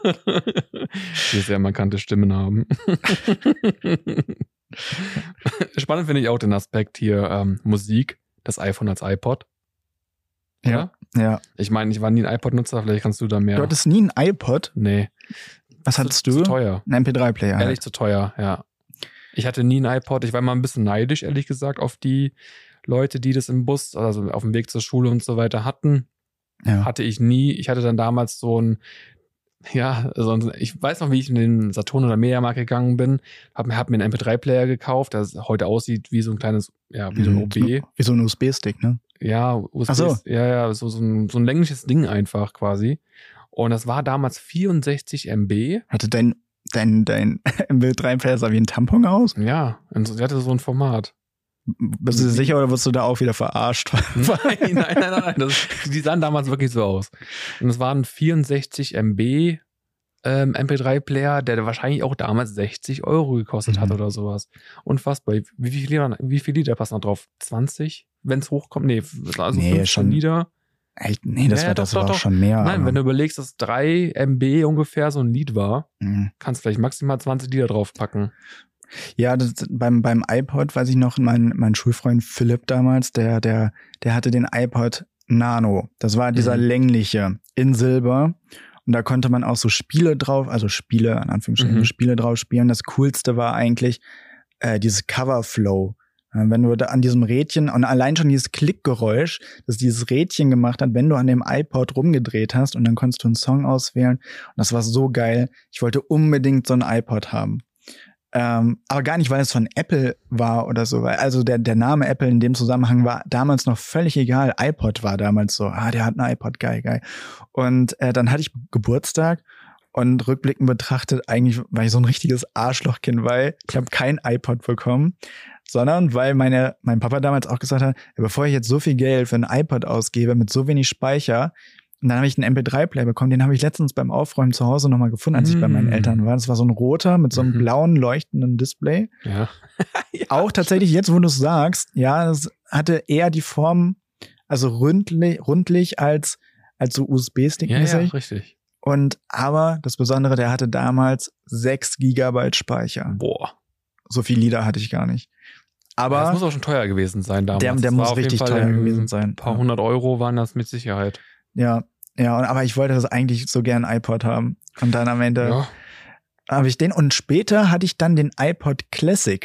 S1: die sehr markante Stimmen haben. Spannend finde ich auch den Aspekt hier ähm, Musik, das iPhone als iPod.
S2: Ja. Ja.
S1: Ich meine, ich war nie ein iPod-Nutzer, vielleicht kannst du da mehr.
S2: Du hattest nie ein iPod?
S1: Nee.
S2: Was
S1: Zu-
S2: hattest
S1: Zu
S2: du?
S1: teuer.
S2: Ein M P drei Player.
S1: Ehrlich zu teuer, ja. Ich hatte nie ein iPod. Ich war mal ein bisschen neidisch, ehrlich gesagt, auf die Leute, die das im Bus, also auf dem Weg zur Schule und so weiter hatten.
S2: Ja.
S1: Hatte ich nie. Ich hatte dann damals so ein, ja, so ein, ich weiß noch, wie ich in den Saturn oder Mediamarkt gegangen bin, hab, mir- hab mir einen M P drei Player gekauft, der heute aussieht wie so ein kleines, ja, wie so ein O B.
S2: Wie so ein U S B-Stick, ne?
S1: Ja, U S B.
S2: Ach so.
S1: Ja, ja, so, so, ein, so ein längliches Ding einfach quasi. Und das war damals vierundsechzig Megabyte.
S2: Hatte dein Dein, dein M P drei Player sah wie ein Tampon aus?
S1: Ja, und so- der hatte so ein Format.
S2: Bist du dir sicher oder wirst du da auch wieder verarscht?
S1: Nein, nein, nein, nein. Das, die sahen damals wirklich so aus. Und es waren vierundsechzig Megabyte ähm, M P drei Player, der wahrscheinlich auch damals sechzig Euro gekostet hat
S2: Mhm.
S1: oder sowas. Unfassbar. Wie, wie, viele, Lieder, wie viele Lieder passen da drauf? zwanzig? Wenn es hochkommt? Nee, also
S2: Nee,
S1: fünfzehn
S2: schon-
S1: Lieder.
S2: Echt? Nee, das
S1: Ja,
S2: war,
S1: doch,
S2: das
S1: doch,
S2: war
S1: doch.
S2: schon mehr.
S1: Nein,
S2: aber-
S1: wenn du überlegst, dass drei Megabyte ungefähr so ein Lied war,
S2: Mhm.
S1: kannst vielleicht maximal zwanzig Lieder draufpacken.
S2: Ja, das, beim, beim iPod weiß ich noch, mein, mein Schulfreund Philipp damals, der, der, der hatte den iPod Nano. Das war dieser
S1: Mhm.
S2: längliche in Silber. Und da konnte man auch so Spiele drauf, also Spiele, in Anführungsstrichen,
S1: Mhm.
S2: Spiele drauf spielen. Das Coolste war eigentlich äh, dieses Coverflow. Äh, Wenn du da an diesem Rädchen, und allein schon dieses Klickgeräusch, das dieses Rädchen gemacht hat, wenn du an dem iPod rumgedreht hast und dann konntest du einen Song auswählen. Und das war so geil. Ich wollte unbedingt so ein iPod haben. Ähm, aber gar nicht, weil es von Apple war oder so. Weil, also der, der Name Apple in dem Zusammenhang war damals noch völlig egal. iPod war damals so, ah, der hat einen iPod, geil, geil. Und äh, dann hatte ich Geburtstag und rückblickend betrachtet, eigentlich war ich so ein richtiges Arschlochkind, weil ich habe kein iPod bekommen, sondern weil meine mein Papa damals auch gesagt hat, ja, bevor ich jetzt so viel Geld für ein iPod ausgebe mit so wenig Speicher, und dann habe ich einen M P drei Player bekommen, den habe ich letztens beim Aufräumen zu Hause nochmal gefunden, als ich bei meinen
S1: Mm.
S2: Eltern war. Das war so ein roter mit so einem
S1: Mhm.
S2: blauen leuchtenden Display.
S1: Ja.
S2: Auch tatsächlich jetzt, wo du es sagst, ja, es hatte eher die Form, also rundlich, rundlich als als so U S
S1: Ja, ja,
S2: B-Stick-mäßig.
S1: richtig.
S2: Und aber das Besondere, der hatte damals sechs Gigabyte Speicher.
S1: Boah.
S2: So viel Lieder hatte ich gar nicht.
S1: Aber das
S2: Aber
S1: muss auch schon teuer gewesen sein damals.
S2: der, der
S1: Das war
S2: muss
S1: auf jeden
S2: richtig
S1: Fall
S2: teuer
S1: ein
S2: gewesen sein.
S1: paar hundert Euro waren das mit Sicherheit.
S2: Ja, ja, und, aber ich wollte das eigentlich so gern iPod haben. Und dann am Ende
S1: Ja.
S2: habe ich den. Und später hatte ich dann den iPod Classic.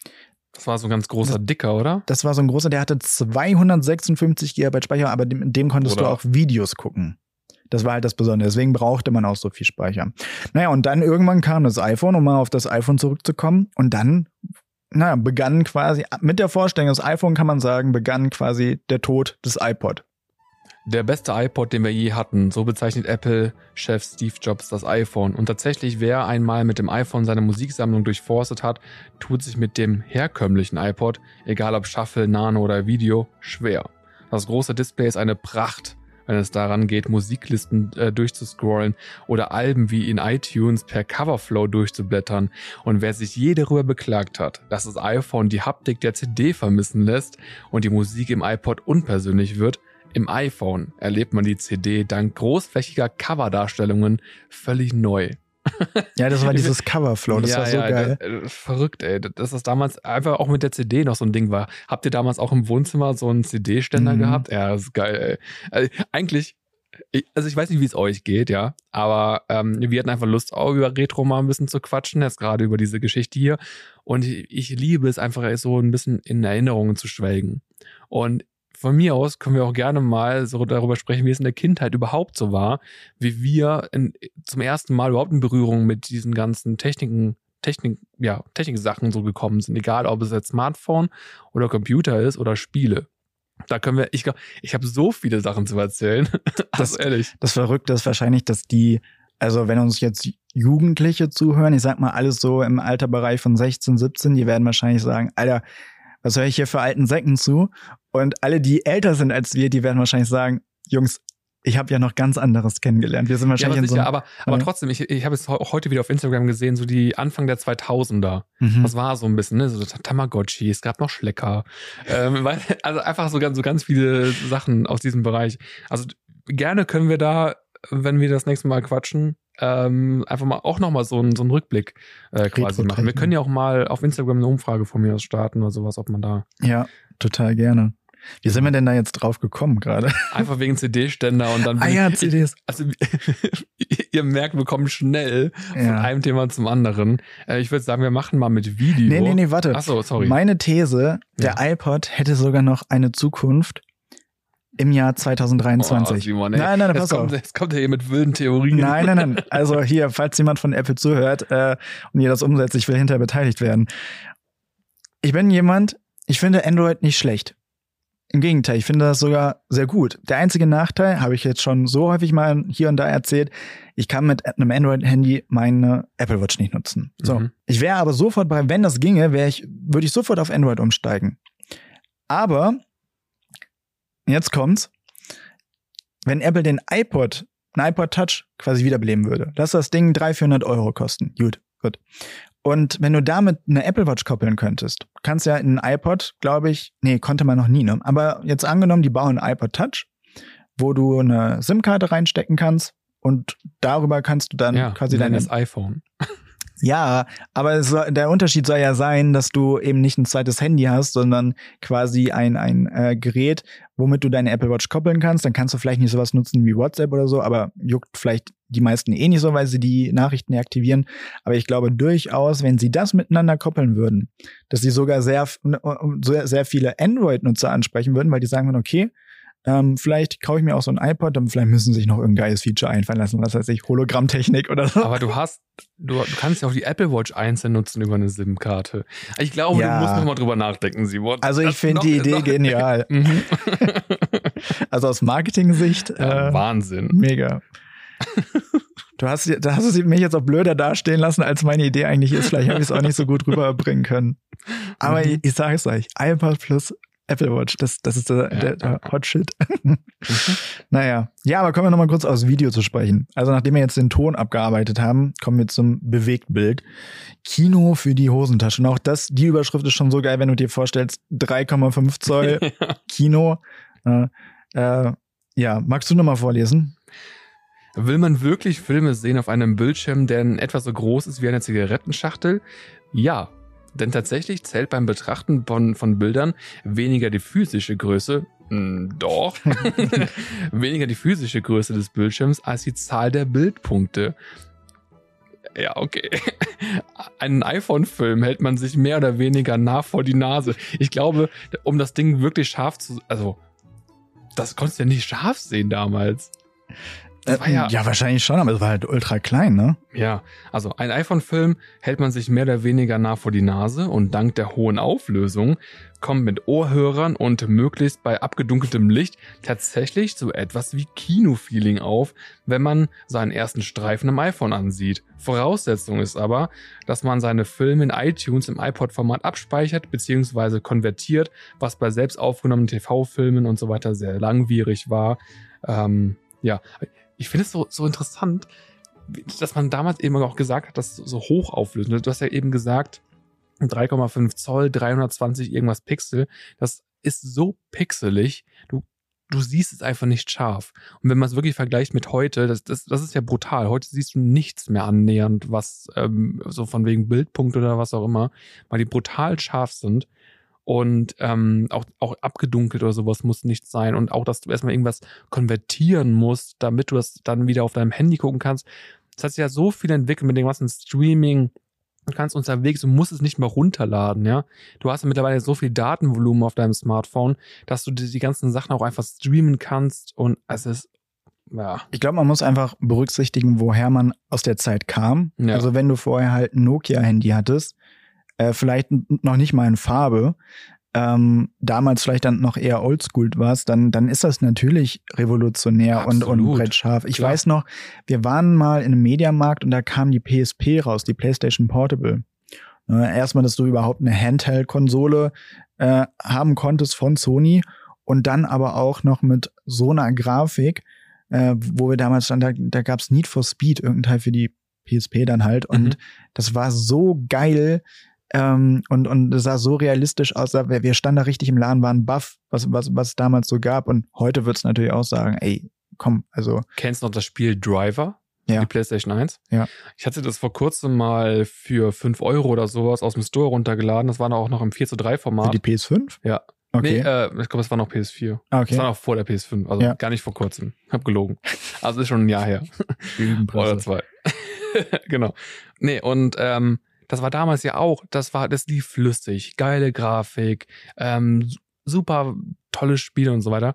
S1: Das war so ein ganz großer Dicker, oder?
S2: Das war so ein großer, der hatte zweihundertsechsundfünfzig Gigabyte Speicher, aber dem, dem konntest
S1: Oder-
S2: du auch Videos gucken. Das war halt das Besondere. Deswegen brauchte man auch so viel Speicher. Naja, und dann irgendwann kam das iPhone, um mal auf das iPhone zurückzukommen. Und dann, naja, begann quasi, mit der Vorstellung, das iPhone kann man sagen, begann quasi der Tod des iPod.
S1: Der beste iPod, den wir je hatten, so bezeichnet Apple-Chef Steve Jobs das iPhone. Und tatsächlich, wer einmal mit dem iPhone seine Musiksammlung durchforstet hat, tut sich mit dem herkömmlichen iPod, egal ob Shuffle, Nano oder Video, schwer. Das große Display ist eine Pracht, wenn es daran geht, Musiklisten äh, durchzuscrollen oder Alben wie in iTunes per Coverflow durchzublättern. Und wer sich je darüber beklagt hat, dass das iPhone die Haptik der C D vermissen lässt und die Musik im iPod unpersönlich wird, im iPhone erlebt man die C D dank großflächiger Coverdarstellungen völlig neu.
S2: Ja, das war dieses Coverflow, das
S1: ja,
S2: war so
S1: ja,
S2: geil.
S1: Das, äh, verrückt, ey. Dass das damals einfach auch mit der C D noch so ein Ding war. Habt ihr damals auch im Wohnzimmer so einen C D-Ständer
S2: Mhm.
S1: gehabt? Ja, das ist geil, ey. Also, eigentlich, ich, also ich weiß nicht, wie es euch geht, ja, aber ähm, wir hatten einfach Lust, auch über Retro mal ein bisschen zu quatschen, jetzt gerade über diese Geschichte hier. Und ich, ich liebe es einfach so ein bisschen in Erinnerungen zu schwelgen. Und von mir aus können wir auch gerne mal so darüber sprechen, wie es in der Kindheit überhaupt so war, wie wir in, zum ersten Mal überhaupt in Berührung mit diesen ganzen Techniken, Technik, ja, Techniksachen so gekommen sind, egal ob es jetzt Smartphone oder Computer ist oder Spiele. Da können wir, ich glaube, ich habe so viele Sachen zu erzählen. Das ehrlich.
S2: Das Verrückte ist wahrscheinlich, dass die, also wenn uns jetzt Jugendliche zuhören, ich sag mal alles so im Alterbereich von sechzehn, siebzehn, die werden wahrscheinlich sagen, Alter, was höre ich hier für alten Säcken zu? Und alle, die älter sind als wir, die werden wahrscheinlich sagen, Jungs, ich habe ja noch ganz anderes kennengelernt. Wir sind
S1: Ja,
S2: wahrscheinlich
S1: aber,
S2: in so
S1: sicher,
S2: einem,
S1: aber, aber
S2: Ja.
S1: trotzdem, ich, ich habe es auch heute wieder auf Instagram gesehen, so die Anfang der zweitausender.
S2: Mhm.
S1: Das war so ein bisschen, ne, so Tamagotchi, es gab noch Schlecker. Ähm, weil, also einfach so ganz, so ganz viele Sachen aus diesem Bereich. Also gerne können wir da, wenn wir das nächste Mal quatschen, ähm, einfach mal auch nochmal so einen so einen Rückblick äh, quasi
S2: Retro-Technik.
S1: machen. Wir können ja auch mal auf Instagram eine Umfrage von mir aus starten oder sowas, ob man da
S2: Ja, total gerne. Wie sind wir denn da jetzt drauf gekommen gerade?
S1: einfach wegen C D-Ständer und dann
S2: Ah ja, C Ds.
S1: Also ihr merkt, wir kommen schnell von
S2: Ja.
S1: einem Thema zum anderen. Äh, ich würde sagen, wir machen mal mit Video.
S2: Nee, nee, nee, warte.
S1: Achso, sorry.
S2: Meine These, der
S1: Ja.
S2: iPod hätte sogar noch eine Zukunft im Jahr zwanzig dreiundzwanzig.
S1: Oh, Simon, ey.
S2: nein, nein,
S1: jetzt
S2: pass
S1: kommt,
S2: auf.
S1: Jetzt kommt er hier mit wilden Theorien.
S2: Nein, nein, nein. Also hier, falls jemand von Apple zuhört äh, und ihr das umsetzt, ich will hinterher beteiligt werden. Ich bin jemand, ich finde Android nicht schlecht. Im Gegenteil, ich finde das sogar sehr gut. Der einzige Nachteil, habe ich jetzt schon so häufig mal hier und da erzählt, ich kann mit einem Android-Handy meine Apple Watch nicht nutzen. So,
S1: Mhm.
S2: ich wäre aber sofort bei, wenn das ginge, wäre ich, würde ich sofort auf Android umsteigen. Aber, jetzt kommt's, wenn Apple den iPod, ein iPod Touch quasi wiederbeleben würde, lass das Ding dreihundert, vierhundert Euro kosten. Gut, gut. Und wenn du damit eine Apple Watch koppeln könntest, kannst ja in ein iPod, glaube ich, nee, konnte man noch nie, ne? Aber jetzt angenommen, die bauen ein iPod Touch, wo du eine SIM-Karte reinstecken kannst und darüber kannst du dann
S1: Ja,
S2: quasi
S1: dann
S2: deine...
S1: das iPhone.
S2: Ja, aber es soll, der Unterschied soll ja sein, dass du eben nicht ein zweites Handy hast, sondern quasi ein, ein äh, Gerät, womit du deine Apple Watch koppeln kannst. Dann kannst du vielleicht nicht sowas nutzen wie WhatsApp oder so, aber juckt vielleicht die meisten eh nicht so, weil sie die Nachrichten deaktivieren. Aber ich glaube durchaus, wenn sie das miteinander koppeln würden, dass sie sogar sehr, sehr, sehr viele Android-Nutzer ansprechen würden, weil die sagen würden, okay, Ähm, vielleicht kaufe ich mir auch so ein iPod und vielleicht müssen sie sich noch irgendein geiles Feature einfallen lassen, was weiß ich, Hologrammtechnik oder so.
S1: Aber du hast, du, du kannst ja auch die Apple Watch einzeln nutzen über eine SIM-Karte. Ich glaube,
S2: Ja.
S1: du musst noch mal drüber nachdenken, Simon.
S2: Also ich
S1: Das
S2: finde
S1: noch-
S2: die Idee
S1: noch-
S2: genial.
S1: Mhm.
S2: Also aus Marketing-Sicht
S1: Ja,
S2: äh,
S1: Wahnsinn.
S2: mega. Du hast, da hast du mich jetzt auch blöder dastehen lassen, als meine Idee eigentlich ist. Vielleicht habe ich es auch nicht so gut rüberbringen können. Aber
S1: Mhm.
S2: ich, ich sage es euch, iPod plus Apple Watch, das, das ist der,
S1: Ja,
S2: der, der
S1: ja, ja.
S2: Hot Shit. Naja, ja, aber kommen wir nochmal kurz aufs Video zu sprechen. Also nachdem wir jetzt den Ton abgearbeitet haben, kommen wir zum Bewegtbild. Kino für die Hosentasche. Und auch das, die Überschrift ist schon so geil, wenn du dir vorstellst, drei Komma fünf Zoll Kino. Äh, äh, ja, magst du nochmal vorlesen?
S1: Will man wirklich Filme sehen auf einem Bildschirm, der in etwa so groß ist wie eine Zigarettenschachtel? Ja, denn tatsächlich zählt beim Betrachten von, von Bildern weniger die physische Größe, mh, doch, weniger die physische Größe des Bildschirms als die Zahl der Bildpunkte. Ja, okay. Einen iPhone-Film hält man sich mehr oder weniger nah vor die Nase. Ich glaube, um das Ding wirklich scharf zu... Also, das konntest du ja nicht scharf sehen damals. Das war ja-
S2: ja, wahrscheinlich schon, aber es war halt ultra klein, ne?
S1: Ja, also ein iPhone-Film hält man sich mehr oder weniger nah vor die Nase und dank der hohen Auflösung kommt mit Ohrhörern und möglichst bei abgedunkeltem Licht tatsächlich so etwas wie Kino-Feeling auf, wenn man seinen ersten Streifen am iPhone ansieht. Voraussetzung ist aber, dass man seine Filme in iTunes im iPod-Format abspeichert bzw. konvertiert, was bei selbst aufgenommenen T V-Filmen und so weiter sehr langwierig war. Ähm, ja, ich finde es so, so interessant, dass man damals eben auch gesagt hat, dass so hoch auflösen. Du hast ja eben gesagt, drei Komma fünf Zoll, dreihundertzwanzig irgendwas Pixel. Das ist so pixelig, du, du siehst es einfach nicht scharf. Und wenn man es wirklich vergleicht mit heute, das, das, das ist ja brutal. Heute siehst du nichts mehr annähernd, was ähm, so von wegen Bildpunkt oder was auch immer, weil die brutal scharf sind. Und ähm, auch, auch abgedunkelt oder sowas muss nicht sein. Und auch, dass du erstmal irgendwas konvertieren musst, damit du das dann wieder auf deinem Handy gucken kannst. Das hat sich ja so viel entwickelt mit dem ganzen Streaming. Du kannst unterwegs, du musst es nicht mehr runterladen, ja. Du hast ja mittlerweile so viel Datenvolumen auf deinem Smartphone, dass du die, die ganzen Sachen auch einfach streamen kannst. Und es ist, ja.
S2: Ich glaube, man muss einfach berücksichtigen, woher man aus der Zeit kam.
S1: Ja.
S2: Also wenn du vorher halt ein Nokia-Handy hattest, äh, vielleicht n- noch nicht mal in Farbe, ähm, damals vielleicht dann noch eher oldschool warst, dann, dann ist das natürlich revolutionär und, und
S1: Absolut.
S2: brettscharf. Ich
S1: Klar.
S2: weiß noch, wir waren mal in einem Mediamarkt und da kam die P S P raus, die PlayStation Portable. Äh, erstmal, dass du überhaupt eine Handheld-Konsole äh, haben konntest von Sony und dann aber auch noch mit so einer Grafik, äh, wo wir damals dann, da, da gab's Need for Speed, irgendein Teil für die P S P dann halt. Und
S1: Mhm.
S2: das war so geil ähm, und und es sah so realistisch aus. Wir, wir standen da richtig im Laden, waren baff, was was was es damals so gab. Und heute wird's natürlich auch sagen, ey, komm, also
S1: Kennst du noch das Spiel Driver?
S2: Ja.
S1: Die PlayStation eins?
S2: Ja.
S1: Ich hatte das vor kurzem mal für fünf Euro oder sowas aus dem Store runtergeladen. Das war dann auch noch im vier zu drei
S2: für
S1: Format.
S2: die P S fünf?
S1: Ja.
S2: Okay.
S1: Nee, äh, ich glaube, es war noch P S vier.
S2: Ah,
S1: Das war
S2: okay.
S1: noch vor der P S fünf, also
S2: Ja.
S1: gar nicht vor kurzem. Hab gelogen. Also ist schon ein Jahr her. Oder zwei. Genau. Nee, und ähm, das war damals ja auch, das war, das lief flüssig, geile Grafik, ähm, super tolles Spiel und so weiter.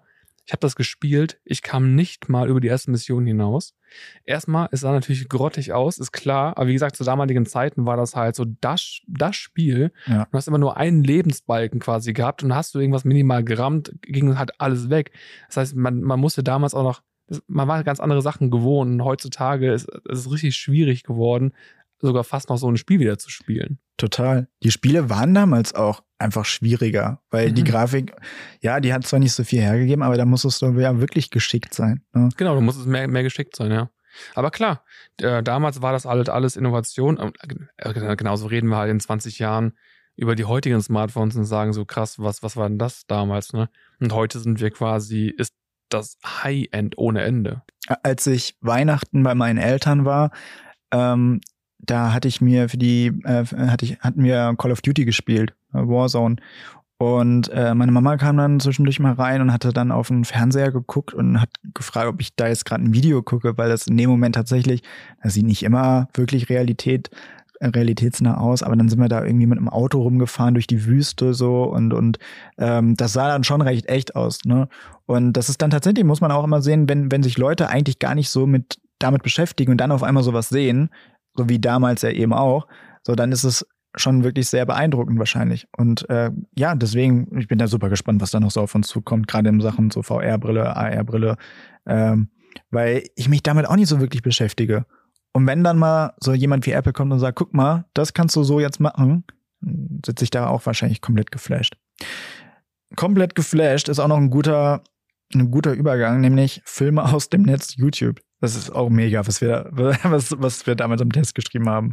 S1: Ich habe das gespielt, ich kam nicht mal über die erste Mission hinaus. Erstmal, es sah natürlich grottig aus, ist klar, aber wie gesagt, zu damaligen Zeiten war das halt so das, das Spiel.
S2: Ja.
S1: Du hast immer nur einen Lebensbalken quasi gehabt und hast du irgendwas minimal gerammt, ging halt alles weg. Das heißt, man, man musste damals auch noch, man war ganz andere Sachen gewohnt und heutzutage ist es richtig schwierig geworden, sogar fast noch so ein Spiel wieder zu spielen.
S2: Total. Die Spiele waren damals auch einfach schwieriger, weil
S1: Mhm.
S2: die Grafik, ja, die hat zwar nicht so viel hergegeben, aber da musstest du ja wirklich geschickt sein. Ne?
S1: Genau, du musst es mehr, mehr geschickt sein, ja. Aber klar, äh, damals war das halt alles Innovation. Äh, genauso reden wir halt in zwanzig Jahren über die heutigen Smartphones und sagen so krass, was, was war denn das damals, ne? Und heute sind wir quasi, ist das High-End ohne Ende.
S2: Als ich Weihnachten bei meinen Eltern war, ähm, da hatte ich mir für die, äh, hatte ich, hatten wir Call of Duty gespielt, äh, Warzone. Und äh, meine Mama kam dann zwischendurch mal rein und hatte dann auf den Fernseher geguckt und hat gefragt, ob ich da jetzt gerade ein Video gucke, weil das in dem Moment tatsächlich, das sieht nicht immer wirklich Realität, äh, realitätsnah aus, aber dann sind wir da irgendwie mit einem Auto rumgefahren durch die Wüste so und und ähm, das sah dann schon recht echt aus, ne? Und das ist dann tatsächlich, muss man auch immer sehen, wenn wenn sich Leute eigentlich gar nicht so mit damit beschäftigen und dann auf einmal sowas sehen, so wie damals ja eben auch, so dann ist es schon wirklich sehr beeindruckend wahrscheinlich. Und äh, ja, deswegen, ich bin da super gespannt, was da noch so auf uns zukommt, gerade in Sachen so V R-Brille, A R-Brille, ähm, weil ich mich damit auch nicht so wirklich beschäftige. Und wenn dann mal so jemand wie Apple kommt und sagt, guck mal, das kannst du so jetzt machen, sitze ich da auch wahrscheinlich komplett geflasht. Komplett geflasht ist auch noch ein guter, ein guter Übergang, nämlich Filme aus dem Netz, YouTube. Das ist auch mega, was wir, was, was wir damals im Test geschrieben haben.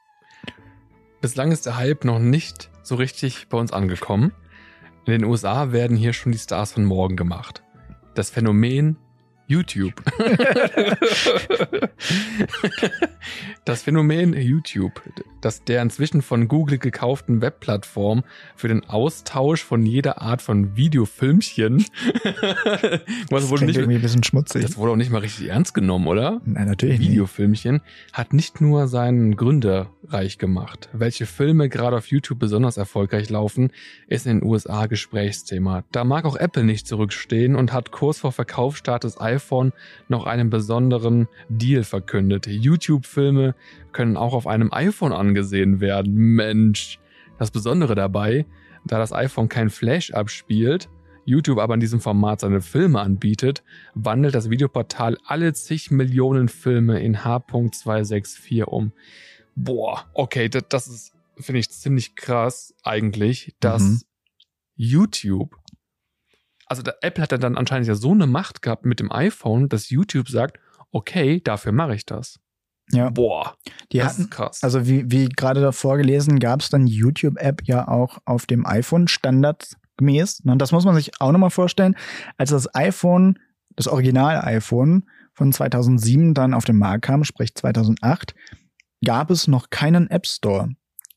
S1: Bislang ist der Hype noch nicht so richtig bei uns angekommen. In den U S A werden hier schon die Stars von morgen gemacht. Das Phänomen YouTube. Das Phänomen YouTube, das der inzwischen von Google gekauften Webplattform für den Austausch von jeder Art von Videofilmchen.
S2: Das
S1: wurde
S2: klingt
S1: nicht,
S2: irgendwie ein bisschen schmutzig.
S1: das wurde auch nicht mal richtig ernst genommen, oder?
S2: Nein, natürlich nicht.
S1: Videofilmchen hat nicht nur seinen Gründer reich gemacht. Welche Filme gerade auf YouTube besonders erfolgreich laufen, ist in den U S A Gesprächsthema. Da mag auch Apple nicht zurückstehen und hat kurz vor Verkaufsstart des iPhone noch einen besonderen Deal verkündet. YouTube-Filme können auch auf einem iPhone angesehen werden. Mensch, das Besondere dabei, da das iPhone kein Flash abspielt, YouTube aber in diesem Format seine Filme anbietet, wandelt das Videoportal alle zig Millionen Filme in H zweihundertvierundsechzig um. Boah, okay, das, das ist, finde ich, ziemlich krass eigentlich, dass
S2: Mhm.
S1: YouTube, also der Apple hat ja dann anscheinend ja so eine Macht gehabt mit dem iPhone, dass YouTube sagt, okay, dafür mache ich das.
S2: Ja.
S1: Boah,
S2: Die
S1: das
S2: hatten,
S1: ist krass.
S2: also wie, wie gerade davor gelesen, gab es dann YouTube-App ja auch auf dem iPhone standardgemäß. Und das muss man sich auch nochmal vorstellen. Als das iPhone, das Original-iPhone von zweitausendsieben dann auf den Markt kam, sprich zweitausendacht, gab es noch keinen App Store.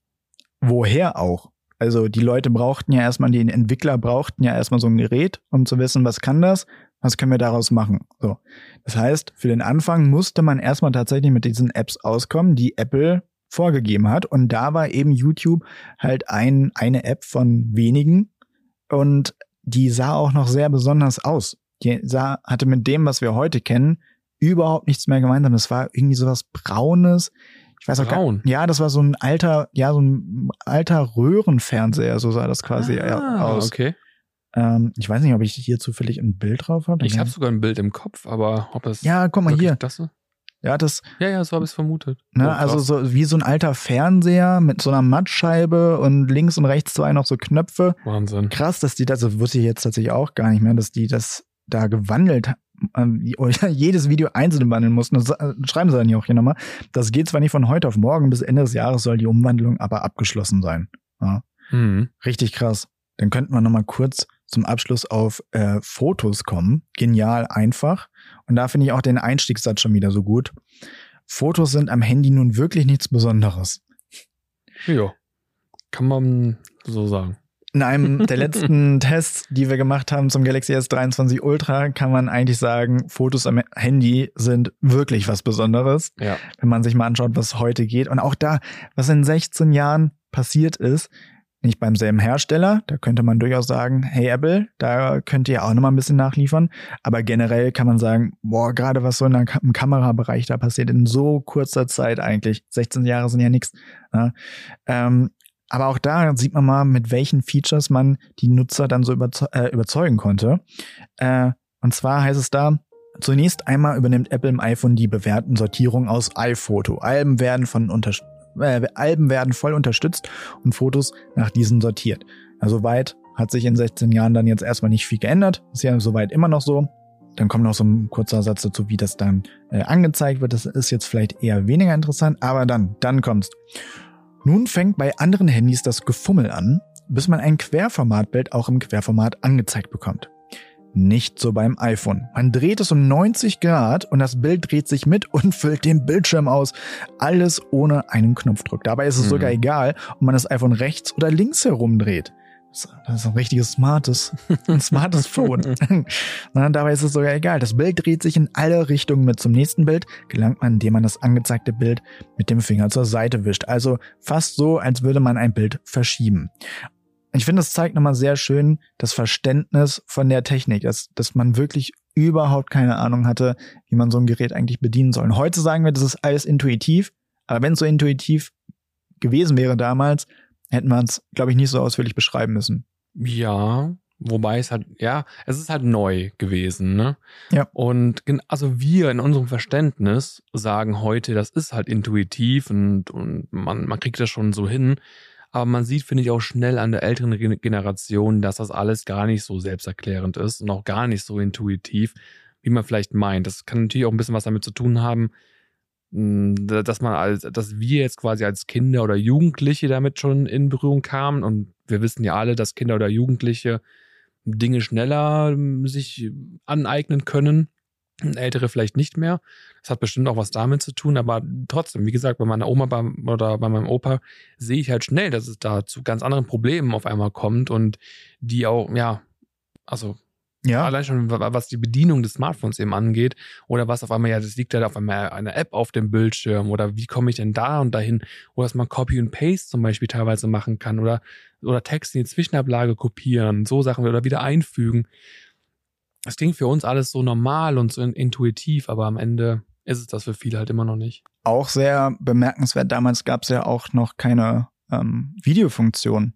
S2: Woher auch? Also die Leute brauchten ja erstmal, die Entwickler brauchten ja erstmal so ein Gerät, um zu wissen, was kann das, was können wir daraus machen. So. Das heißt, für den Anfang musste man erstmal tatsächlich mit diesen Apps auskommen, die Apple vorgegeben hat. Und da war eben YouTube halt ein, eine App von wenigen. Und die sah auch noch sehr besonders aus. Die sah, hatte mit dem, was wir heute kennen, überhaupt nichts mehr gemeinsam. Das war irgendwie sowas Braunes. Ich weiß auch gar,
S1: Braun?
S2: ja, das war so ein alter, ja, so ein alter Röhrenfernseher, so sah das quasi
S1: ah,
S2: aus.
S1: okay.
S2: Ähm, ich weiß nicht, ob ich hier zufällig ein Bild drauf habe.
S1: Ich habe sogar ein Bild im Kopf, aber ob das
S2: Ja, guck mal
S1: wirklich
S2: hier.
S1: das ist?
S2: Ja, das,
S1: Ja, ja, so habe ich es vermutet.
S2: ne,
S1: Oh,
S2: also
S1: krass.
S2: so wie so ein alter Fernseher mit so einer Mattscheibe und links und rechts zwei noch so Knöpfe.
S1: Wahnsinn.
S2: Krass, dass die das, das wusste ich jetzt tatsächlich auch gar nicht mehr, dass die das da gewandelt haben, oder jedes Video einzeln wandeln mussten. Das schreiben sie dann ja auch hier nochmal. Das geht zwar nicht von heute auf morgen, bis Ende des Jahres soll die Umwandlung aber abgeschlossen sein. Ja,
S1: Mhm.
S2: richtig krass. Dann könnten wir nochmal kurz zum Abschluss auf äh, Fotos kommen. Genial, einfach. Und da finde ich auch den Einstiegssatz schon wieder so gut. Fotos sind am Handy nun wirklich nichts Besonderes.
S1: Ja, kann man so sagen.
S2: In einem der letzten Tests, die wir gemacht haben zum Galaxy S dreiundzwanzig Ultra, kann man eigentlich sagen, Fotos am Handy sind wirklich was Besonderes,
S1: Ja.
S2: wenn man sich mal anschaut, was heute geht. Und auch da, was in sechzehn Jahren passiert ist, nicht beim selben Hersteller. Da könnte man durchaus sagen, hey Apple, da könnt ihr auch nochmal ein bisschen nachliefern. Aber generell kann man sagen, boah, gerade was so in der Ka- im Kamerabereich da passiert in so kurzer Zeit eigentlich. sechzehn Jahre sind ja nichts. Ja. Ähm, aber auch da sieht man mal, mit welchen Features man die Nutzer dann so überze- äh, überzeugen konnte. Äh, und zwar heißt es da, zunächst einmal übernimmt Apple im iPhone die bewährten Sortierungen aus iPhoto. Alben werden von Unterstützung Äh, Alben werden voll unterstützt und Fotos nach diesen sortiert. Also soweit hat sich in sechzehn Jahren dann jetzt erstmal nicht viel geändert. Ist ja soweit immer noch so. Dann kommt noch so ein kurzer Satz dazu, wie das dann äh, angezeigt wird. Das ist jetzt vielleicht eher weniger interessant, aber dann, dann kommt's. Nun fängt bei anderen Handys das Gefummel an, bis man ein Querformatbild auch im Querformat angezeigt bekommt. Nicht so beim iPhone. Man dreht es um neunzig Grad und das Bild dreht sich mit und füllt den Bildschirm aus. Alles ohne einen Knopfdruck. Dabei ist es mhm. sogar egal, ob man das iPhone rechts oder links herumdreht. Das ist ein richtiges smartes, ein smartes Phone. Na, dabei ist es sogar egal. Das Bild dreht sich in alle Richtungen mit. Zum nächsten Bild gelangt man, indem man das angezeigte Bild mit dem Finger zur Seite wischt. Also fast so, als würde man ein Bild verschieben. Ich finde, das zeigt nochmal sehr schön das Verständnis von der Technik, dass, dass man wirklich überhaupt keine Ahnung hatte, wie man so ein Gerät eigentlich bedienen soll. Und heute sagen wir, das ist alles intuitiv, aber wenn es so intuitiv gewesen wäre damals, hätten wir es, glaube ich, nicht so ausführlich beschreiben müssen.
S1: Ja, wobei es halt, ja, es ist halt neu gewesen, ne?
S2: Ja.
S1: Und also wir in unserem Verständnis sagen heute, das ist halt intuitiv und, und man, man kriegt das schon so hin. Aber man sieht, finde ich, auch schnell an der älteren Generation, dass das alles gar nicht so selbsterklärend ist und auch gar nicht so intuitiv, wie man vielleicht meint. Das kann natürlich auch ein bisschen was damit zu tun haben, dass man als, dass wir jetzt quasi als Kinder oder Jugendliche damit schon in Berührung kamen. Und wir wissen ja alle, dass Kinder oder Jugendliche Dinge schneller sich aneignen können. Ältere vielleicht nicht mehr. Das hat bestimmt auch was damit zu tun, aber trotzdem, wie gesagt, bei meiner Oma oder bei meinem Opa sehe ich halt schnell, dass es da zu ganz anderen Problemen auf einmal kommt und die auch, ja, also ja. allein schon, was die Bedienung des Smartphones eben angeht oder was auf einmal, ja, das liegt halt auf einmal eine App auf dem Bildschirm oder wie komme ich denn da und dahin, oder dass man Copy und Paste zum Beispiel teilweise machen kann oder, oder Texte in die Zwischenablage kopieren, so Sachen oder wieder einfügen. Das klingt für uns alles so normal und so intuitiv, aber am Ende ist es das für viele halt immer noch nicht.
S2: Auch sehr bemerkenswert, damals gab es ja auch noch keine ähm, Videofunktion.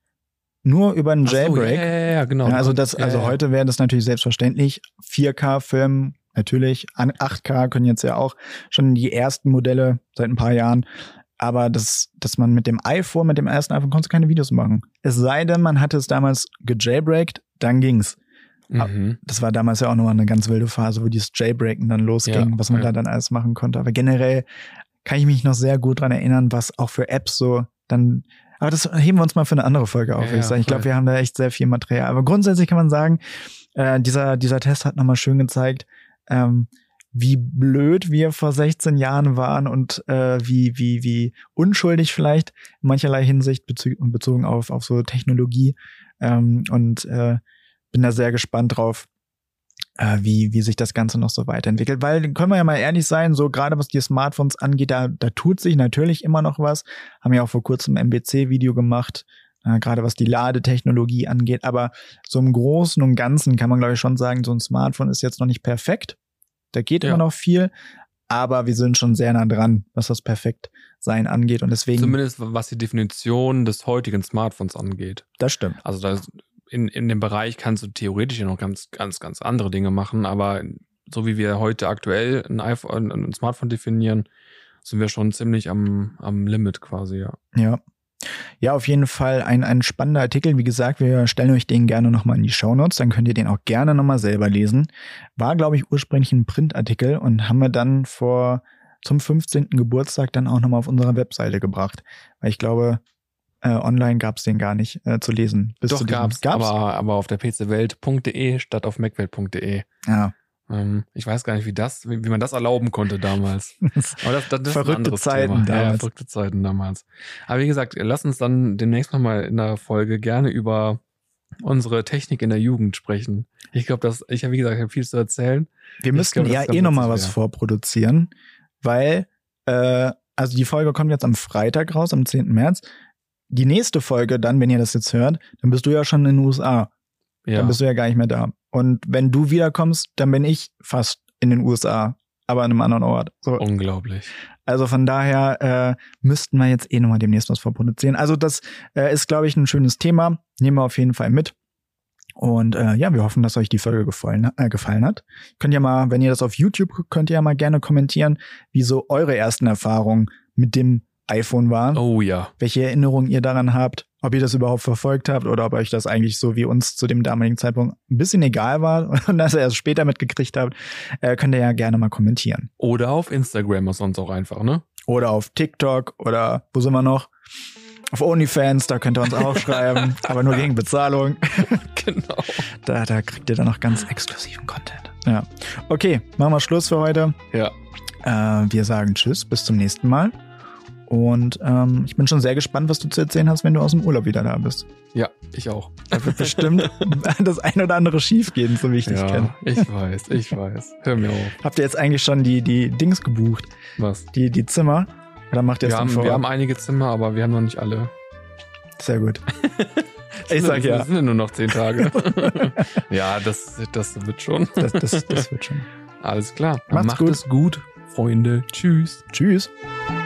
S2: Nur über einen Jailbreak.
S1: So, ja, ja, ja, genau.
S2: Ja, also das,
S1: ja,
S2: also
S1: ja.
S2: heute wäre das natürlich selbstverständlich. vier K-Film, natürlich. acht K können jetzt ja auch schon die ersten Modelle seit ein paar Jahren. Aber das, dass man mit dem iPhone, mit dem ersten iPhone, konnte keine Videos machen. Es sei denn, man hatte es damals gejailbreakt, dann ging's. Mhm. Das war damals ja auch nochmal eine ganz wilde Phase, wo dieses Jailbreaken dann losging, ja, was man ja. da dann alles machen konnte. Aber generell kann ich mich noch sehr gut dran erinnern, was auch für Apps so dann, aber das heben wir uns mal für eine andere Folge auf, ja, würde ich sagen. Ich glaube, wir haben da echt sehr viel Material. Aber grundsätzlich kann man sagen, äh, dieser, dieser Test hat nochmal schön gezeigt, ähm, wie blöd wir vor sechzehn Jahren waren und äh, wie, wie, wie unschuldig vielleicht in mancherlei Hinsicht bezü- bezogen auf, auf so Technologie. Ähm, und äh, bin da sehr gespannt drauf, äh, wie wie sich das Ganze noch so weiterentwickelt. Weil, können wir ja mal ehrlich sein, so gerade was die Smartphones angeht, da da tut sich natürlich immer noch was. Haben ja auch vor kurzem ein M B C-Video gemacht, äh, gerade was die Ladetechnologie angeht. Aber so im Großen und Ganzen kann man, glaube ich, schon sagen, so ein Smartphone ist jetzt noch nicht perfekt. Da geht ja. immer noch viel. Aber wir sind schon sehr nah dran, was das Perfektsein angeht. Und deswegen.
S1: Zumindest was die Definition des heutigen Smartphones angeht.
S2: Das stimmt.
S1: Also da ist In, in dem Bereich kannst du theoretisch ja noch ganz, ganz, ganz andere Dinge machen, aber so wie wir heute aktuell ein iPhone, ein Smartphone definieren, sind wir schon ziemlich am, am Limit quasi, ja.
S2: Ja. Ja, auf jeden Fall ein, ein spannender Artikel. Wie gesagt, wir stellen euch den gerne nochmal in die Shownotes, dann könnt ihr den auch gerne nochmal selber lesen. War, glaube ich, ursprünglich ein Printartikel und haben wir dann vor zum fünfzehnten Geburtstag dann auch nochmal auf unserer Webseite gebracht. Weil ich glaube, Äh, online gab's den gar nicht äh, zu lesen. Bis
S1: Doch,
S2: zu
S1: gab's, gab's? Aber, aber auf der p c welt punkt d e statt auf macwelt punkt d e.
S2: Ja.
S1: Ähm, ich weiß gar nicht, wie das, wie, wie man das erlauben konnte damals. Aber das, das, das
S2: verrückte
S1: ist ein anderes
S2: Zeiten
S1: Thema.
S2: damals.
S1: Ja, ja, verrückte Zeiten damals. Aber wie gesagt, lass uns dann demnächst nochmal in der Folge gerne über unsere Technik in der Jugend sprechen. Ich glaube, dass ich habe, wie gesagt, ich habe viel zu erzählen.
S2: Wir müssten ja eh nochmal was vorproduzieren, weil, äh, also die Folge kommt jetzt am Freitag raus, am zehnten März. die nächste Folge dann, wenn ihr das jetzt hört, dann bist du ja schon in den U S A.
S1: Ja.
S2: Dann bist du ja gar nicht mehr da. Und wenn du wiederkommst, dann bin ich fast in den U S A, aber an einem anderen Ort. So.
S1: Unglaublich.
S2: Also von daher äh, müssten wir jetzt eh nochmal demnächst was vorproduzieren. Also das äh, ist, glaube ich, ein schönes Thema. Nehmen wir auf jeden Fall mit. Und äh, ja, wir hoffen, dass euch die Folge gefallen, äh, gefallen hat. Könnt ihr mal, wenn ihr das auf YouTube guckt, könnt ihr ja mal gerne kommentieren, wie so eure ersten Erfahrungen mit dem iPhone waren.
S1: Oh ja.
S2: Welche Erinnerungen ihr daran habt, ob ihr das überhaupt verfolgt habt oder ob euch das eigentlich so wie uns zu dem damaligen Zeitpunkt ein bisschen egal war und dass ihr erst später mitgekriegt habt, äh, könnt ihr ja gerne mal kommentieren.
S1: Oder auf Instagram ist sonst auch einfach, ne?
S2: Oder auf TikTok oder wo sind wir noch? Auf OnlyFans, da könnt ihr uns auch schreiben, aber nur gegen Bezahlung.
S1: Genau.
S2: Da, da kriegt ihr dann noch ganz exklusiven Content. Ja. Okay, machen wir Schluss für heute.
S1: Ja.
S2: Äh, wir sagen Tschüss, bis zum nächsten Mal. Und ähm, ich bin schon sehr gespannt, was du zu erzählen hast, wenn du aus dem Urlaub wieder da bist.
S1: Ja, ich auch.
S2: Da wird bestimmt das ein oder andere schief gehen, so wie ich dich
S1: Ja,
S2: kenne.
S1: ich weiß, ich weiß. Hör mir auf.
S2: Habt ihr jetzt eigentlich schon die, die Dings gebucht?
S1: Was?
S2: Die, die Zimmer? Oder macht ihr es
S1: Wir
S2: dann
S1: haben,
S2: vor?
S1: wir haben einige Zimmer, aber wir haben noch nicht alle.
S2: Sehr gut. Ich sag ja.
S1: Das sind ja nur noch zehn Tage. Ja, das, das wird schon.
S2: Das, das, das wird schon.
S1: Alles klar.
S2: Macht's
S1: Macht
S2: gut.
S1: es gut, Freunde. Tschüss.
S2: Tschüss.